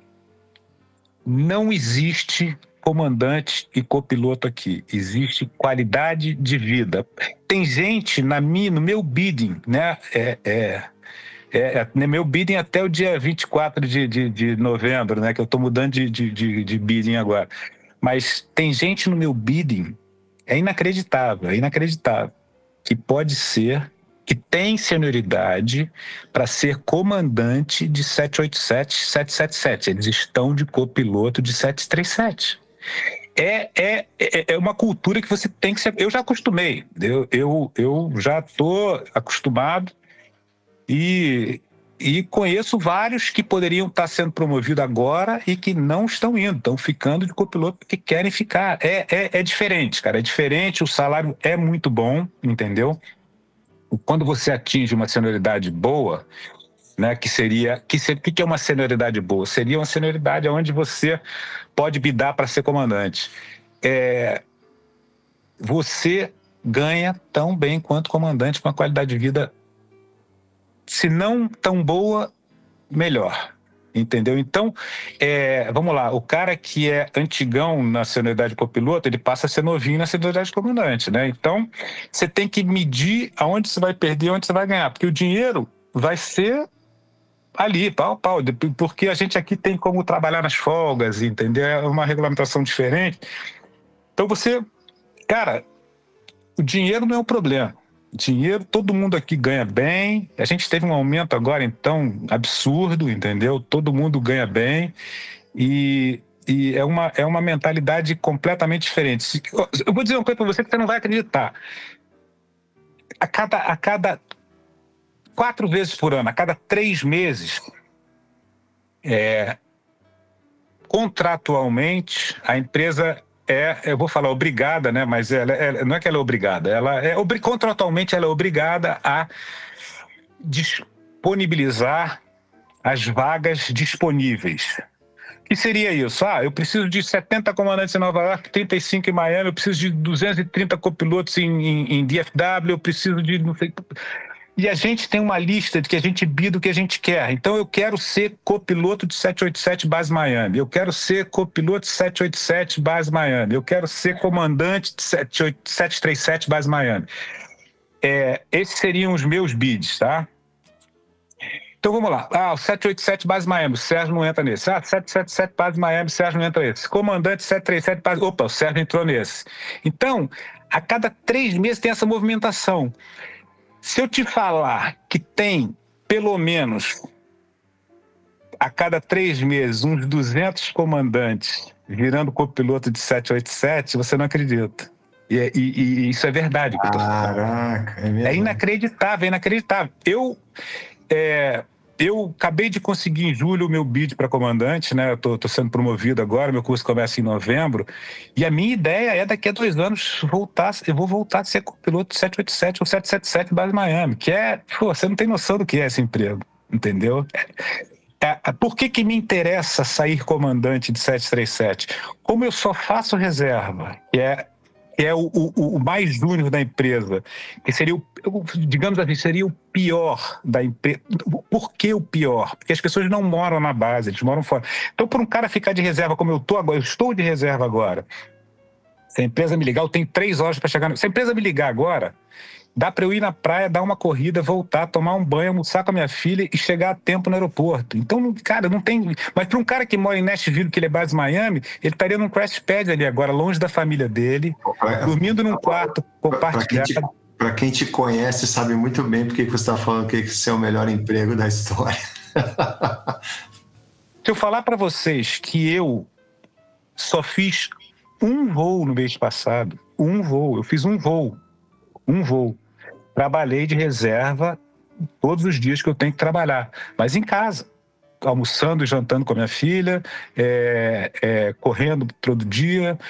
Não existe comandante e copiloto aqui. Existe qualidade de vida. Tem gente na minha, no meu bidding, né? É... é... É, é meu bidding até o dia vinte e quatro de, de, de novembro, né? Que eu estou mudando de, de, de, de bidding agora. Mas tem gente no meu bidding, é inacreditável, é inacreditável, que pode ser, que tem senioridade para ser comandante de sete oito sete, sete sete sete. Eles estão de copiloto de sete três sete. É, é, é uma cultura que você tem que ser... Eu já acostumei, eu, eu, eu já estou acostumado. E, e conheço vários que poderiam estar sendo promovidos agora e que não estão indo, estão ficando de copiloto porque querem ficar. É, é, é diferente, cara, é diferente, o salário é muito bom, entendeu? Quando você atinge uma senioridade boa, né, que seria... O que, que, que é uma senioridade boa? Seria uma senioridade onde você pode bidar para ser comandante. É, você ganha tão bem quanto comandante com uma qualidade de vida, se não tão boa, melhor, entendeu? Então, é, vamos lá, o cara que é antigão na senioridade de copiloto, ele passa a ser novinho na senioridade de comandante, né? Então, você tem que medir aonde você vai perder e onde você vai ganhar, porque o dinheiro vai ser ali, pau, pau, porque a gente aqui tem como trabalhar nas folgas, entendeu? É uma regulamentação diferente. Então, você, cara, o dinheiro não é o problema. Dinheiro, todo mundo aqui ganha bem. A gente teve um aumento agora, então, absurdo, entendeu? Todo mundo ganha bem. E, e é, uma, é uma mentalidade completamente diferente. Eu vou dizer uma coisa para você que você não vai acreditar. A cada, a cada quatro vezes por ano, a cada três meses, é, contratualmente, a empresa... É, eu vou falar obrigada, né? Mas ela, ela, não é que ela é obrigada, ela é contratualmente ela é obrigada a disponibilizar as vagas disponíveis. O que seria isso? Ah, eu preciso de setenta comandantes em Nova York, trinta e cinco em Miami, eu preciso de duzentos e trinta copilotos em, em, em D F W, eu preciso de... Não sei, e a gente tem uma lista de que a gente bida o que a gente quer. Então, eu quero ser copiloto de sete oito sete base Miami. Eu quero ser copiloto de sete oito sete base Miami. Eu quero ser comandante de sete três sete base Miami. É, esses seriam os meus bids, tá? Então, vamos lá. Ah, o sete oito sete base Miami, o Sérgio não entra nesse. Ah, sete sete sete base Miami, o Sérgio não entra nesse. Comandante sete três sete base... Opa, o Sérgio entrou nesse. Então, a cada três meses tem essa movimentação. Se eu te falar que tem, pelo menos, a cada três meses, uns duzentos comandantes virando copiloto de sete oito sete, você não acredita. E, e, e isso é verdade. Que eu tô falando. Caraca, é mesmo. É inacreditável, é inacreditável. Eu, é, eu acabei de conseguir em julho o meu bid para comandante, né? Eu tô, tô sendo promovido agora, meu curso começa em novembro, e a minha ideia é daqui a dois anos voltar, eu vou voltar a ser copiloto de sete oito sete ou sete sete sete base Miami, que é, pô, você não tem noção do que é esse emprego, entendeu? É, é, por que que me interessa sair comandante de sete três sete? Como eu só faço reserva, que é que é o, o, o mais júnior da empresa, que seria, o, digamos assim, seria o pior da empresa. Por que o pior? Porque as pessoas não moram na base, eles moram fora. Então, por um cara ficar de reserva como eu estou agora, eu estou de reserva agora, se a empresa me ligar, eu tenho três horas para chegar... Se a empresa me ligar agora, dá para eu ir na praia, dar uma corrida, voltar, tomar um banho, almoçar com a minha filha e chegar a tempo no aeroporto. Então, cara, não tem... Mas para um cara que mora em Nashville, que ele é base Miami, ele estaria num crash pad ali agora, longe da família dele, é, dormindo num quarto compartilhado. Para quem te conhece, sabe muito bem porque você está falando que esse é o melhor emprego da história. Se eu falar para vocês que eu só fiz um voo no mês passado, um voo, eu fiz um voo, um voo. Trabalhei de reserva todos os dias que eu tenho que trabalhar, mas em casa, almoçando e jantando com a minha filha, é, é, correndo todo dia.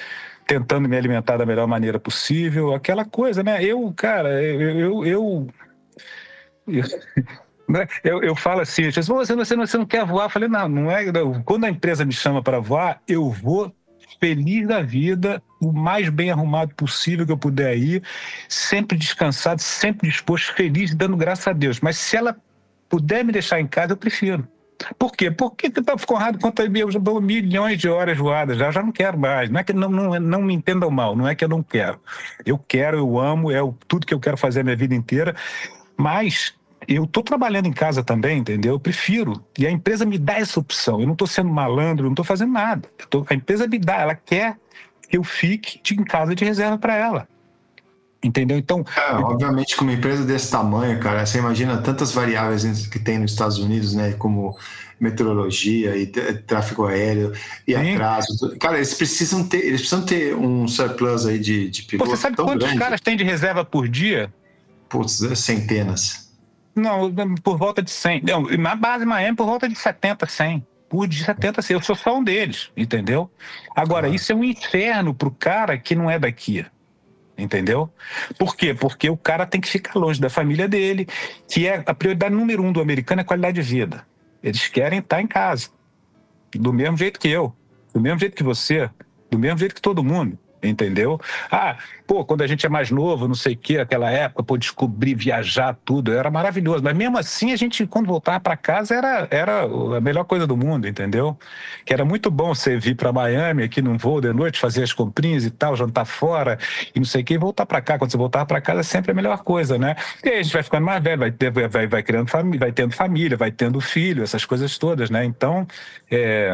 tentando me alimentar da melhor maneira possível, aquela coisa, né? Eu, cara, eu... eu, eu, eu Eu, eu falo assim, eu digo, você, não, você, não, você não quer voar? Eu falei, não, não é. Não. Quando a empresa me chama para voar, eu vou feliz da vida, o mais bem arrumado possível que eu puder ir, sempre descansado, sempre disposto, feliz, dando graças a Deus. Mas se ela puder me deixar em casa, eu prefiro. Por quê? Porque eu estava Conrado, quanto eu já dou milhões de horas voadas, já, já não quero mais. Não é que não, não, não me entendam mal, não é que eu não quero. Eu quero, eu amo, é o, tudo que eu quero fazer a minha vida inteira, mas eu estou trabalhando em casa também, entendeu? Eu prefiro. E a empresa me dá essa opção. Eu não estou sendo malandro, eu não estou fazendo nada. Eu tô, a empresa me dá, ela quer que eu fique em casa de reserva para ela. Entendeu? Então... É, obviamente, com uma empresa desse tamanho, cara, você imagina tantas variáveis que tem nos Estados Unidos, né? Como meteorologia e tráfego aéreo e sim, atraso. Cara, eles precisam ter, eles precisam ter um surplus aí de, de pilotos. Você sabe quantos grande. caras tem de reserva por dia? Putz, centenas. Não, por volta de cem. Não, na base Miami, por volta de setenta, cem. Por de setenta, cem. Eu sou só um deles, entendeu? Agora, ah. isso é um inferno pro cara que não é daqui. Entendeu? Por quê? Porque o cara tem que ficar longe da família dele, que é a prioridade número um do americano é a qualidade de vida. Eles querem estar em casa. Do mesmo jeito que eu. Do mesmo jeito que você. Do mesmo jeito que todo mundo. Entendeu? Ah, pô, quando a gente é mais novo, não sei o que, aquela época, pô, descobrir, viajar, tudo, era maravilhoso. Mas mesmo assim, a gente, quando voltava para casa, era, era a melhor coisa do mundo, entendeu? Que era muito bom você vir para Miami, aqui num voo de noite, fazer as comprinhas e tal, jantar fora, e não sei o que, e voltar para cá. Quando você voltava para casa, é sempre a melhor coisa, né? E aí a gente vai ficando mais velho, vai, ter, vai, vai, criando família, vai tendo família, vai tendo filho, essas coisas todas, né? Então, é...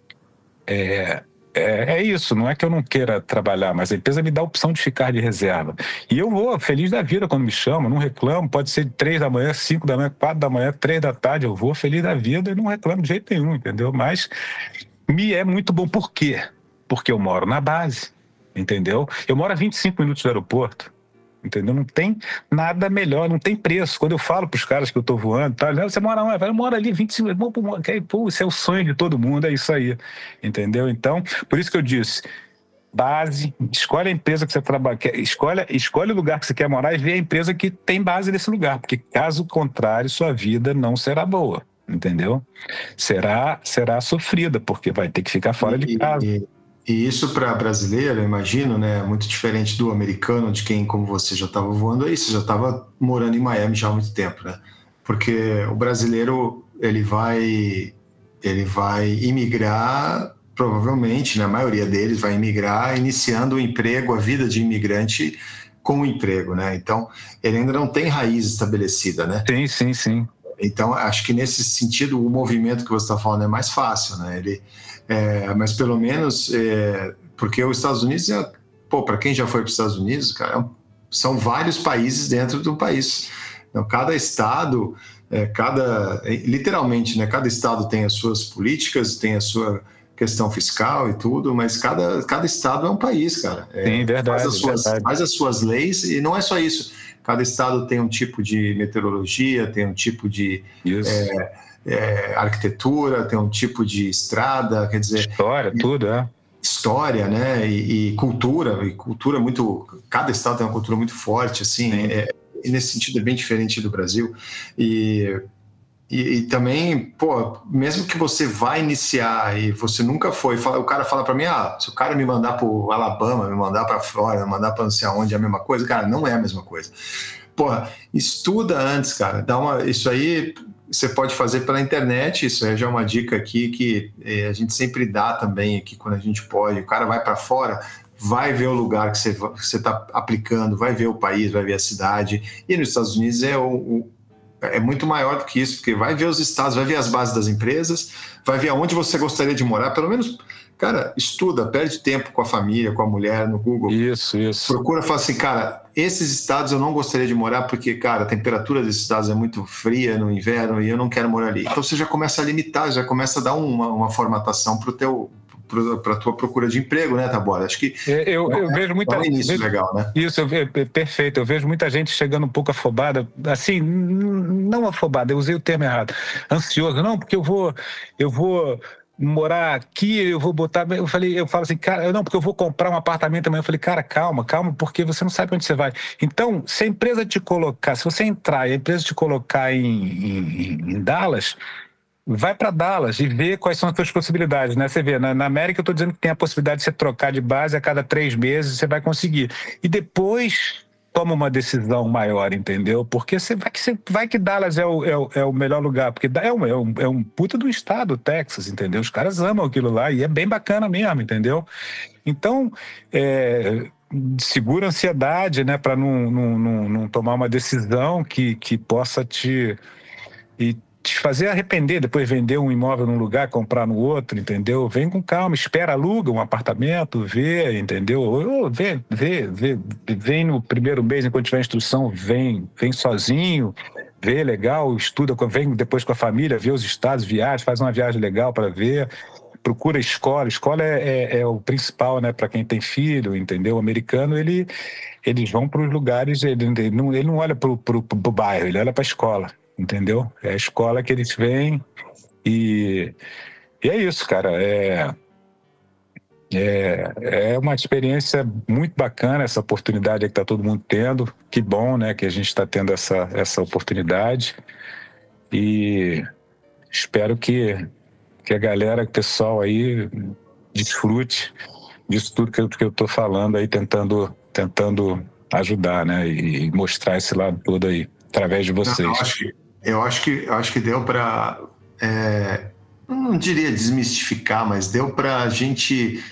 é É, é isso, não é que eu não queira trabalhar, mas a empresa me dá a opção de ficar de reserva. E eu vou feliz da vida quando me chamam, não reclamo, pode ser três da manhã, cinco da manhã, quatro da manhã, três da tarde, eu vou feliz da vida e não reclamo de jeito nenhum, entendeu? Mas me é muito bom. Por quê? Porque eu moro na base, entendeu? Eu moro a vinte e cinco minutos do aeroporto. Entendeu? Não tem nada melhor, não tem preço. Quando eu falo para os caras que eu estou voando, tá, você mora onde? Eu moro ali, vinte e cinco, pô, isso é o sonho de todo mundo, é isso aí. Entendeu? Então, por isso que eu disse, base, escolhe a empresa que você trabalha, escolhe, escolhe o lugar que você quer morar e vê a empresa que tem base nesse lugar, porque caso contrário, sua vida não será boa. Entendeu? Será, será sofrida, porque vai ter que ficar fora de casa. E... E isso para brasileiro, eu imagino, né, muito diferente do americano, de quem, como você, já estava voando aí, você já estava morando em Miami já há muito tempo, né? Porque o brasileiro, ele vai, ele vai imigrar, provavelmente, na maioria deles, vai imigrar iniciando o emprego, a vida de imigrante com o emprego, né? Então, ele ainda não tem raiz estabelecida, né? Sim, sim, sim. Então, acho que nesse sentido, o movimento que você está falando é mais fácil, né? Ele... É, mas pelo menos, é, porque os Estados Unidos, é, pô, para quem já foi para os Estados Unidos, cara, são vários países dentro do país. Então, cada estado, é, cada, literalmente, né, cada estado tem as suas políticas, tem a sua questão fiscal e tudo, mas cada, cada estado é um país, cara. É, Sim, verdade, faz as suas, verdade. Faz as suas leis, e não é só isso. Cada estado tem um tipo de meteorologia, tem um tipo de... Isso. É, É, arquitetura, tem um tipo de estrada, quer dizer... História, e, tudo, é. História, né, e, e cultura, e cultura muito... Cada estado tem uma cultura muito forte, assim, é, e nesse sentido é bem diferente do Brasil. E, e, e também, pô, mesmo que você vá iniciar e você nunca foi, fala, o cara fala para mim, ah, se o cara me mandar para o Alabama, me mandar para a Flórida, me mandar para não sei aonde, é a mesma coisa? Cara, não é a mesma coisa. Porra, estuda antes, cara, dá uma... Isso aí... Você pode fazer pela internet, isso é já uma dica aqui que é, a gente sempre dá também aqui quando a gente pode. O cara vai para fora, vai ver o lugar que você está aplicando, vai ver o país, vai ver a cidade. E nos Estados Unidos é, o, o, é muito maior do que isso, porque vai ver os estados, vai ver as bases das empresas, vai ver aonde você gostaria de morar, pelo menos... Cara, estuda, perde tempo com a família, com a mulher, no Google. Isso, isso. Procura, fala assim, cara, esses estados eu não gostaria de morar porque, cara, a temperatura desses estados é muito fria no inverno e eu não quero morar ali. Então você já começa a limitar, já começa a dar uma, uma formatação para o teu... para a tua procura de emprego, né, Taborda? Acho que eu, eu, eu é, vejo muita é um início vejo, legal, né? Isso, eu vejo, perfeito. Eu vejo muita gente chegando um pouco afobada, assim, não afobada, eu usei o termo errado, ansioso, não, porque eu vou, eu vou morar aqui, eu vou botar... Eu falei, eu falo assim, cara, não, porque eu vou comprar um apartamento amanhã. Eu falei, cara, calma, calma, porque você não sabe onde você vai. Então, se a empresa te colocar, se você entrar e a empresa te colocar em, em, em Dallas, vai para Dallas e vê quais são as suas possibilidades, né? Você vê, na, na América eu estou dizendo que tem a possibilidade de você trocar de base a cada três meses, você vai conseguir. E depois... toma uma decisão maior, entendeu? Porque você vai que, você, vai que Dallas é o, é, o, é o melhor lugar, porque é um, é, um, é um puta do estado, Texas, entendeu? Os caras amam aquilo lá e é bem bacana mesmo, entendeu? Então, é, segura a ansiedade, né, para não, não, não, não tomar uma decisão que, que possa te... E, te fazer arrepender, depois vender um imóvel num lugar, comprar no outro, entendeu? Vem com calma, espera, aluga um apartamento, vê, entendeu? Ou vê, vê, vê, vem no primeiro mês, enquanto tiver instrução, vem, vem sozinho, vê, legal, estuda, vem depois com a família, vê os estados, viaja, faz uma viagem legal para ver, procura escola, escola é, é, é o principal, né, para quem tem filho, entendeu? O americano, ele, eles vão para os lugares, ele, ele, não, ele não olha para o bairro, ele olha para a escola. Entendeu? É a escola que eles vêm e, e é isso, cara. É, é, é uma experiência muito bacana essa oportunidade que está todo mundo tendo. Que bom, né, que a gente está tendo essa, essa oportunidade e espero que, que a galera, o pessoal aí desfrute disso tudo que eu, que eu tô falando aí, tentando, tentando ajudar, né, e mostrar esse lado todo aí, através de vocês. Não, eu acho que Eu acho que, eu acho que deu para, é, não diria desmistificar, mas deu para a gente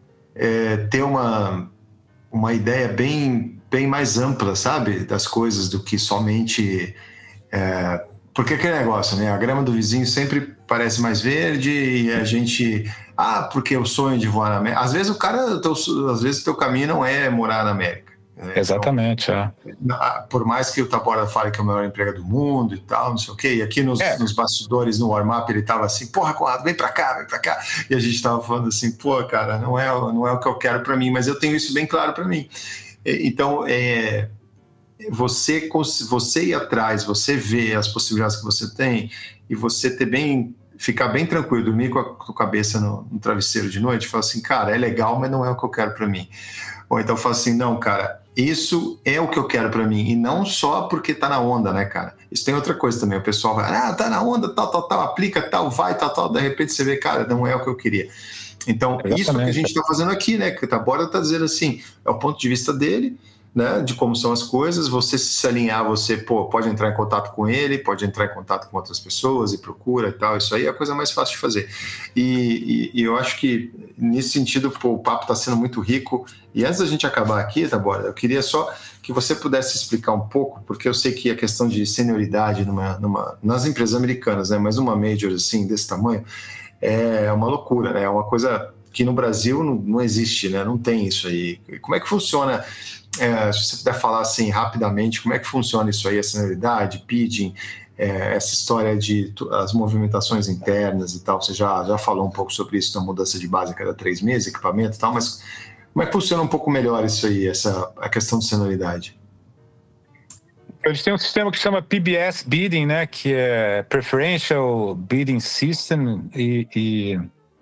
é, ter uma, uma ideia bem, bem mais ampla, sabe, das coisas do que somente... É, porque aquele negócio, né? A grama do vizinho sempre parece mais verde e a gente... Ah, porque o sonho de voar na América... Às vezes o cara, às vezes o teu caminho não é morar na América. Né? Exatamente, então, é. Por mais que o Taborda fale que é o maior emprego do mundo e tal, não sei o quê, e aqui nos, é. nos bastidores, no warm-up, ele tava assim, porra, Conrado, vem pra cá, vem pra cá, e a gente tava falando assim, pô, cara, não é, não é o que eu quero pra mim, mas eu tenho isso bem claro pra mim. Então, é, você, você ir atrás, você ver as possibilidades que você tem, e você ter bem, ficar bem tranquilo, dormir com a, com a cabeça no, no travesseiro de noite, falar assim, cara, é legal, mas não é o que eu quero pra mim. Ou então fala assim, não, cara, isso é o que eu quero pra mim, e não só porque tá na onda, né, cara? Isso tem outra coisa também, o pessoal vai, ah, tá na onda, tal, tal, tal, aplica, tal, vai, tal, tal, de repente você vê, cara, não é o que eu queria. Então, exatamente. Isso que a gente tá fazendo aqui, né, que a Taborda tá dizendo assim, é o ponto de vista dele, né, de como são as coisas, você se alinhar, você, pô, pode entrar em contato com ele, pode entrar em contato com outras pessoas e procura e tal, isso aí é a coisa mais fácil de fazer. E, e, e eu acho que, nesse sentido, pô, o papo está sendo muito rico. E antes da gente acabar aqui, Taborda, eu queria só que você pudesse explicar um pouco, porque eu sei que a questão de senioridade numa, numa, nas empresas americanas, né, mas uma major assim, desse tamanho, é uma loucura, né, é uma coisa que no Brasil não, não existe, né, não tem isso aí. Como é que funciona? É, se você puder falar assim rapidamente, como é que funciona isso aí, a senioridade, bidding, é, essa história de as movimentações internas e tal, você já, já falou um pouco sobre isso na mudança de base a cada três meses, equipamento e tal, mas como é que funciona um pouco melhor isso aí, essa, a questão de senioridade? Eles têm um sistema que se chama P B S Bidding, né, que é Preferential Bidding System, e, e,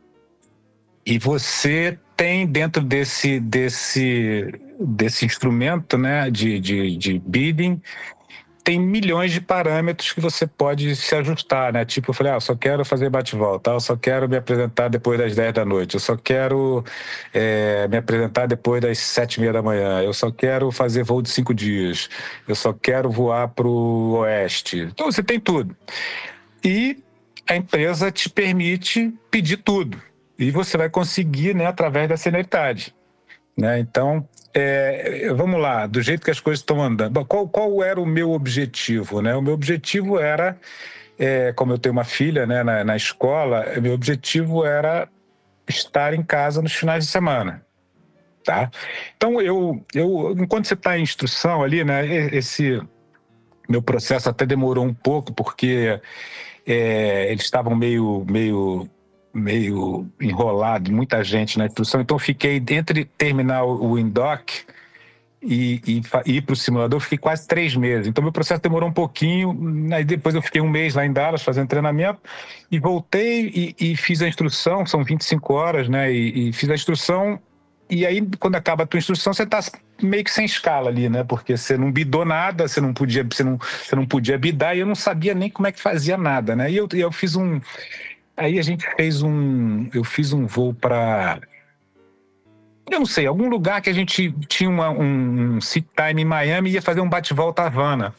e você tem dentro desse, desse, desse instrumento, né, de, de, de bidding, tem milhões de parâmetros que você pode se ajustar, né? Tipo, eu falei, ah, eu só quero fazer bate-volta, eu só quero me apresentar depois das dez da noite, eu só quero é, me apresentar depois das sete e meia da manhã, eu só quero fazer voo de cinco dias, eu só quero voar para o oeste. Então, você tem tudo. E a empresa te permite pedir tudo. E você vai conseguir, né, através da senioridade. Né? Então, é, vamos lá, do jeito que as coisas estão andando. Qual, qual era o meu objetivo? Né? O meu objetivo era, é, como eu tenho uma filha, né, na, na escola, meu objetivo era estar em casa nos finais de semana. Tá? Então, eu, eu, enquanto você está em instrução ali, né, esse meu processo até demorou um pouco, porque é, eles estavam meio... meio meio enrolado, muita gente na instrução, então eu fiquei entre terminar o Indoc e, e, e ir para o simulador, eu fiquei quase três meses. Então, meu processo demorou um pouquinho. Aí depois eu fiquei um mês lá em Dallas fazendo treinamento e voltei e, e fiz a instrução, são vinte e cinco horas, né? E, e fiz a instrução. E aí, quando acaba a tua instrução, você está meio que sem escala ali, né? Porque você não bidou nada, você não podia, você não, você não podia bidar, e eu não sabia nem como é que fazia nada, né? E eu, eu fiz um... Aí a gente fez um... Eu fiz um voo para... Eu não sei, algum lugar que a gente tinha uma, um, um seat time em Miami e ia fazer um bate-volta a Havana.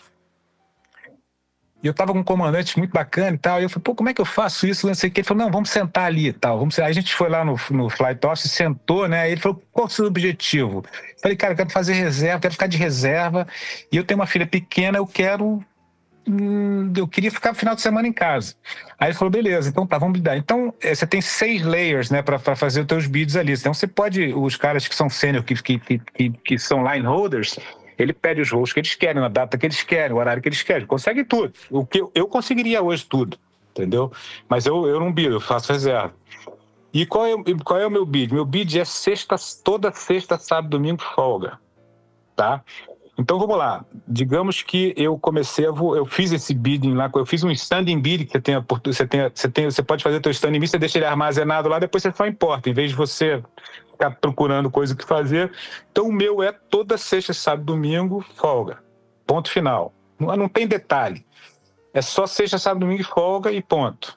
E eu tava com um comandante muito bacana e tal, e eu falei, pô, como é que eu faço isso? Não sei o que. Ele falou, não, vamos sentar ali e tal. Vamos... Aí a gente foi lá no, no Flight Office, sentou, né? Aí ele falou, qual é o seu objetivo? Eu falei, cara, eu quero fazer reserva, quero ficar de reserva, e eu tenho uma filha pequena, eu quero... Hum, eu queria ficar no final de semana em casa. Aí ele falou, beleza, então tá, vamos bidar. Então, é, você tem seis layers, né, para fazer os teus bids ali. Então, você pode, os caras que são sênior, que, que, que, que são line holders, ele pede os voos que eles querem, a data que eles querem, o horário que eles querem, consegue tudo. O que eu, eu conseguiria hoje tudo, entendeu? Mas eu, eu não bido, eu faço reserva. E qual é, qual é o meu bid? Meu bid é sexta, toda sexta, sábado, domingo, folga, tá? Então vamos lá, digamos que eu comecei, a vo... eu fiz esse bidding lá, eu fiz um standing bid, que você, tem a... você, tem... você, tem... você pode fazer teu standing bid, você deixa ele armazenado lá, depois você só importa, em vez de você ficar procurando coisa que fazer. Então o meu é toda sexta, sábado, domingo, folga, ponto final, não, não tem detalhe, é só sexta, sábado, domingo, folga e ponto.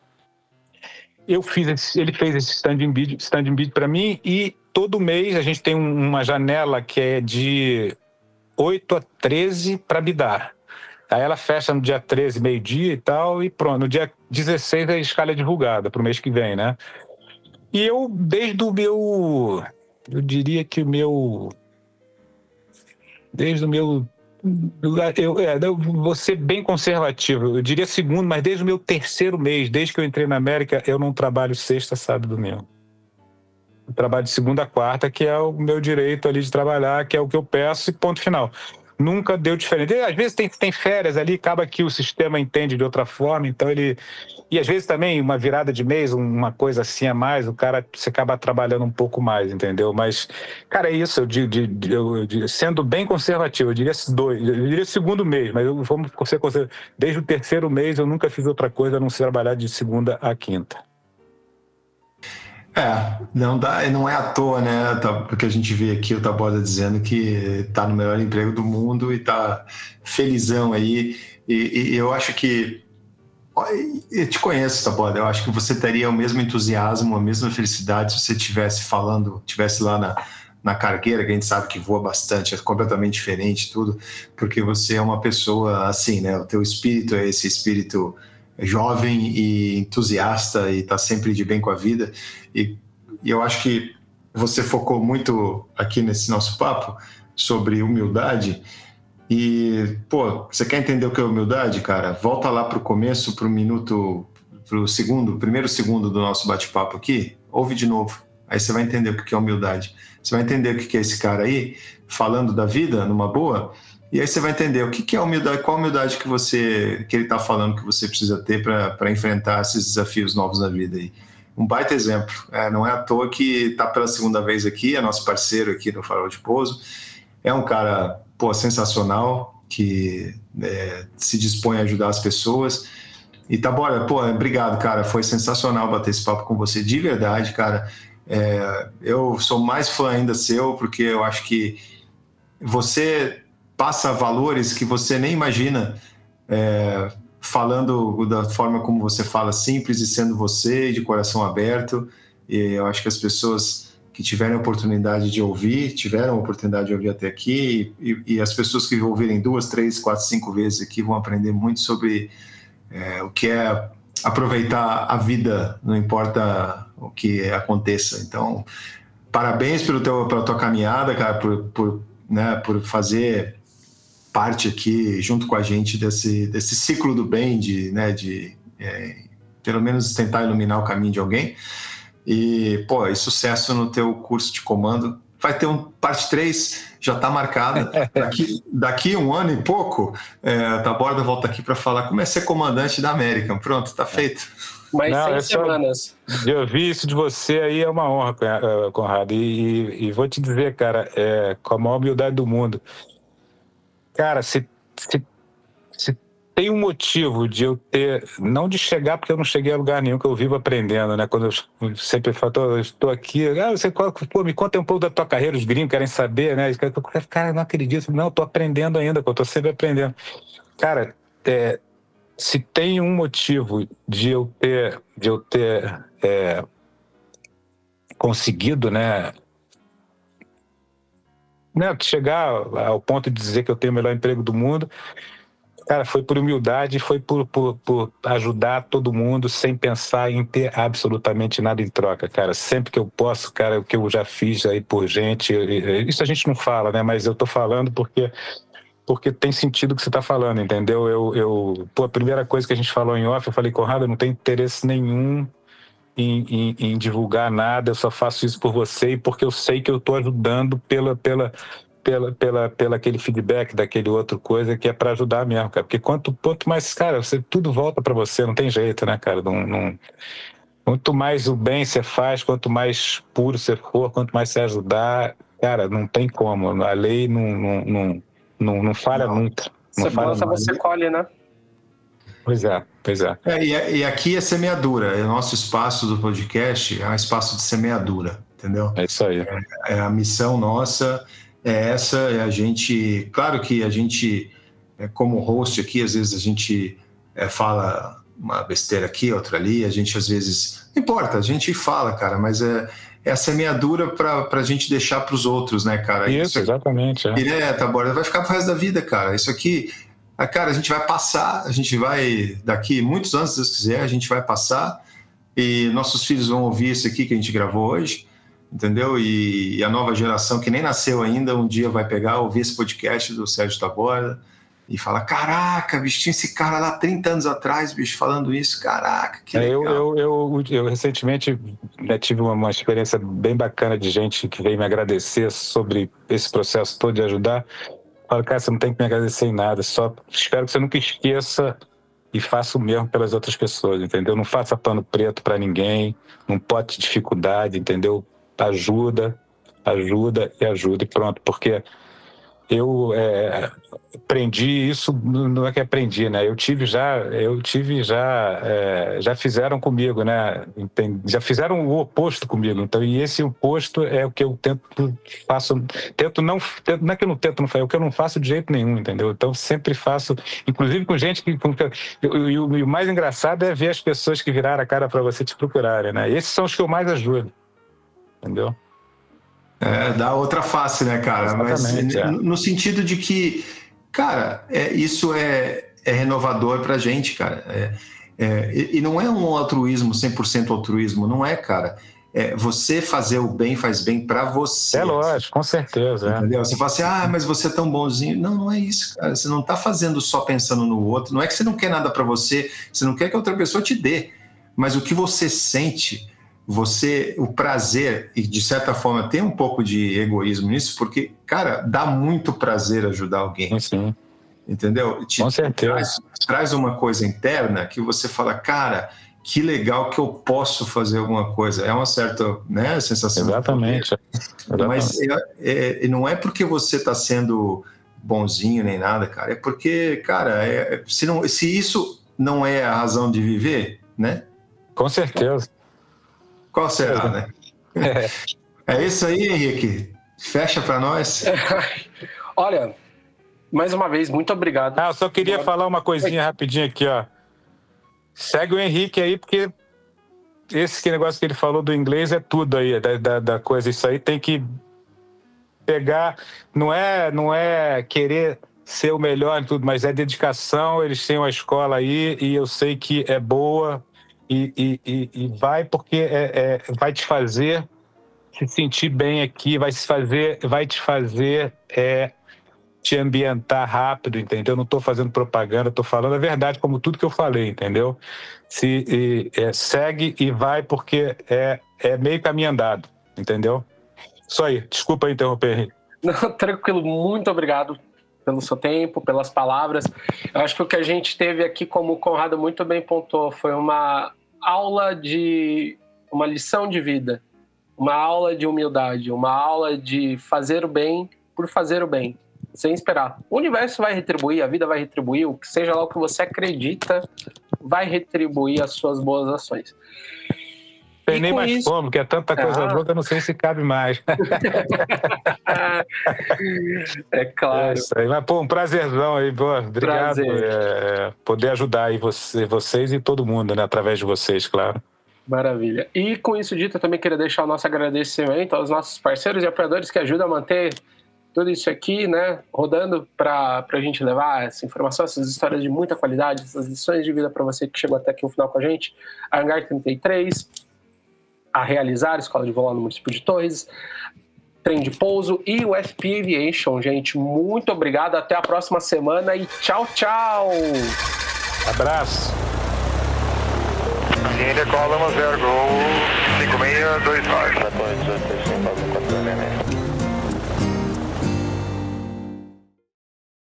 Eu fiz esse... ele fez esse standing bid, standing bid para mim, e todo mês a gente tem uma janela que é de oito a treze para bidar. Aí ela fecha no dia treze, meio-dia e tal, e pronto. No dia dezesseis a escala é divulgada para o mês que vem, né? E eu, desde o meu... Eu diria que o meu... Desde o meu... Eu, eu vou ser bem conservativo. Eu diria segundo, mas desde o meu terceiro mês, desde que eu entrei na América, eu não trabalho sexta, sábado e domingo. Eu trabalho de segunda a quarta, que é o meu direito ali de trabalhar, que é o que eu peço, e ponto final. Nunca deu diferente. Às vezes tem, tem férias ali, acaba que o sistema entende de outra forma, então ele... E às vezes também uma virada de mês, uma coisa assim a mais, o cara, você acaba trabalhando um pouco mais, entendeu? Mas, cara, é isso, eu, de, de, eu de, sendo bem conservativo, eu diria dois, eu diria segundo mês, mas eu, vamos ser conservativo. Desde o terceiro mês eu nunca fiz outra coisa a não ser trabalhar de segunda a quinta. É, não, dá, não é à toa, né? Tá, porque a gente vê aqui o Taboada dizendo que tá no melhor emprego do mundo e tá felizão aí. E, e eu acho que... Eu te conheço, Taboada. Eu acho que você teria o mesmo entusiasmo, a mesma felicidade se você estivesse falando, estivesse lá na, na cargueira, que a gente sabe que voa bastante, é completamente diferente tudo, porque você é uma pessoa assim, né? O teu espírito é esse espírito jovem e entusiasta e tá sempre de bem com a vida. E, e eu acho que você focou muito aqui nesse nosso papo sobre humildade. E, pô, você quer entender o que é humildade, cara? Volta lá pro começo, pro minuto, pro segundo, primeiro segundo do nosso bate-papo aqui, ouve de novo. Aí você vai entender o que é humildade. Você vai entender o que é esse cara aí falando da vida numa boa. E aí você vai entender o que é humildade, qual a humildade que, você, que ele está falando que você precisa ter para enfrentar esses desafios novos na vida aí. Um baita exemplo. É, não é à toa que está pela segunda vez aqui, é nosso parceiro aqui no Farol de Pouso. É um cara, pô, sensacional, que é, se dispõe a ajudar as pessoas. E tá, bora, pô, obrigado, cara. Foi sensacional bater esse papo com você, de verdade, cara. É, eu sou mais fã ainda seu, porque eu acho que você passa valores que você nem imagina, é, falando da forma como você fala, simples e sendo você, de coração aberto. E eu acho que as pessoas que tiveram a oportunidade de ouvir, tiveram a oportunidade de ouvir até aqui, e, e as pessoas que ouvirem duas, três, quatro, cinco vezes aqui vão aprender muito sobre é, o que é aproveitar a vida, não importa o que aconteça. Então, parabéns pelo teu, pela tua caminhada, cara, por, por, né, por fazer parte aqui junto com a gente desse, desse ciclo do bem, de, né, de é, pelo menos tentar iluminar o caminho de alguém. E, pô, e sucesso no teu curso de comando. vai ter um parte três, já está marcada. Daqui, daqui um ano e pouco, é, a Taborda volta aqui para falar como é ser comandante da América. Pronto, está feito. Mais Não, cem é semanas. Só, de ouvir isso de você aí é uma honra, Conrado. E, e, e vou te dizer, cara, é, com a maior humildade do mundo, cara, se, se, se tem um motivo de eu ter, não de chegar, porque eu não cheguei a lugar nenhum, que eu vivo aprendendo, né? Quando eu sempre falo, eu estou aqui, ah, você pô, me conta um pouco da tua carreira, os gringos querem saber, né? Cara, eu não acredito, não, eu estou aprendendo ainda, eu estou sempre aprendendo. Cara, é, se tem um motivo de eu ter, de eu ter é, conseguido, né, né, chegar ao ponto de dizer que eu tenho o melhor emprego do mundo, cara, foi por humildade, foi por, por, por ajudar todo mundo sem pensar em ter absolutamente nada em troca, cara. Sempre que eu posso, cara, o que eu já fiz aí por gente, isso a gente não fala, né, mas eu tô falando porque... porque tem sentido o que você está falando, entendeu? Eu, eu, pô, a primeira coisa que a gente falou em off, eu falei, Conrado, eu não tenho interesse nenhum em, em, em divulgar nada, eu só faço isso por você e porque eu sei que eu estou ajudando pela, pela, pela, pela, pela aquele feedback daquele outro coisa que é para ajudar mesmo, cara. Porque quanto, quanto mais, cara, você, tudo volta para você, não tem jeito, né, cara? Não, não, quanto mais o bem você faz, quanto mais puro você for, quanto mais você ajudar, cara, não tem como. A lei não... não, não Não, não falha não. nunca. Não você planta, você colhe, né? Pois é, pois é. é e, e aqui é semeadura. O nosso espaço do podcast é um espaço de semeadura, entendeu? É isso aí. É, é a missão nossa, é essa, é a gente... Claro que a gente, é, como host aqui, às vezes a gente é, fala uma besteira aqui, outra ali, a gente às vezes... Não importa, a gente fala, cara, mas é... é a semeadura para a gente deixar para os outros, né, cara? Isso, Isso aqui, exatamente. É. Direta, Borda, vai ficar pro resto da vida, cara. Isso aqui, cara, a gente vai passar, a gente vai, daqui muitos anos, se Deus quiser, a gente vai passar e nossos filhos vão ouvir isso aqui que a gente gravou hoje, entendeu? E, e a nova geração que nem nasceu ainda, um dia vai pegar, ouvir esse podcast do Sérgio Taborda e falar, caraca, bicho, tinha esse cara lá trinta anos atrás, bicho, falando isso, caraca, que legal. Eu, eu, eu, eu recentemente né, tive uma, uma experiência bem bacana de gente que veio me agradecer sobre esse processo todo de ajudar. Falo, cara, você não tem que me agradecer em nada, só espero que você nunca esqueça e faça o mesmo pelas outras pessoas, entendeu? Não faça pano preto para ninguém, não pote dificuldade, entendeu? Ajuda, ajuda e ajuda e pronto, porque... Eu é, aprendi isso, não é que aprendi, né? Eu tive já, eu tive já, é, já fizeram comigo, né? Já fizeram o oposto comigo. Então, e esse oposto é o que eu tento, faço, tento não, tento, não é que eu não tento não fazer, é o que eu não faço de jeito nenhum, entendeu? Então, sempre faço, inclusive com gente que, com, e, e, e o mais engraçado é ver as pessoas que viraram a cara para você te procurarem, né? Esses são os que eu mais ajudo, entendeu? É, dá outra face, né, cara? Exatamente, Mas é. no sentido de que, cara, é, isso é, é renovador pra gente, cara. É, é, e não é um altruísmo, cem por cento altruísmo, não é, cara. É, você fazer o bem faz bem pra você. É lógico, com certeza. Entendeu? É. Você fala assim, ah, mas você é tão bonzinho. Não, não é isso, cara. Você não tá fazendo só pensando no outro. Não é que você não quer nada pra você, você não quer que a outra pessoa te dê. Mas o que você sente... Você, o prazer, e de certa forma tem um pouco de egoísmo nisso, porque, cara, dá muito prazer ajudar alguém. Sim. Entendeu? Te, Com certeza. Traz, traz uma coisa interna que você fala, cara, que legal que eu posso fazer alguma coisa. É uma certa, né, sensação. Exatamente. Exatamente. Mas é, é, não é porque você está sendo bonzinho nem nada, cara. É porque, cara, é, se, não, se isso não é a razão de viver, né? Com certeza. Qual será, né? É. É isso aí, Henrique. Fecha para nós. Olha, mais uma vez, muito obrigado. Ah, eu só queria Bora. falar uma coisinha Oi. rapidinho aqui, ó. Segue o Henrique aí, porque esse negócio que ele falou do inglês é tudo aí, da, da, da coisa. Isso aí tem que pegar... Não é, não é querer ser o melhor em tudo, mas é dedicação. Eles têm uma escola aí e eu sei que é boa... E, e, e vai porque é, é, vai te fazer se sentir bem aqui, vai, se fazer, vai te fazer é, te ambientar rápido, entendeu? Não estou fazendo propaganda, estou falando a verdade, como tudo que eu falei, entendeu? Se, e, é, segue e vai porque é, é meio caminho andado, entendeu? Só aí. Desculpa interromper, Henrique. Não, tranquilo, muito obrigado pelo seu tempo, pelas palavras. Eu acho que o que a gente teve aqui, como o Conrado muito bem pontuou, foi uma aula de... uma lição de vida, uma aula de humildade, uma aula de fazer o bem por fazer o bem, sem esperar. O universo vai retribuir, a vida vai retribuir, o que seja lá o que você acredita, vai retribuir as suas boas ações. Tem nem mais isso... como, porque é tanta coisa ah. boa que eu não sei se cabe mais. É claro. É isso aí. Mas, pô, um prazerzão aí, pô. Obrigado. Prazer. É, poder ajudar aí você, vocês e todo mundo, né? Através de vocês, claro. Maravilha. E com isso dito, eu também queria deixar o nosso agradecimento aos nossos parceiros e apoiadores que ajudam a manter tudo isso aqui, né, rodando para a gente levar essa informação, essas histórias de muita qualidade, essas lições de vida para você que chegou até aqui no final com a gente. A Hangar trinta e três, a Realizar, Escola de Voo no município de Torres, Trem de Pouso e o F P Aviation, gente. Muito obrigado, até a próxima semana e tchau, tchau! Abraço! India, Column zero, Gol cinco seis dois nove.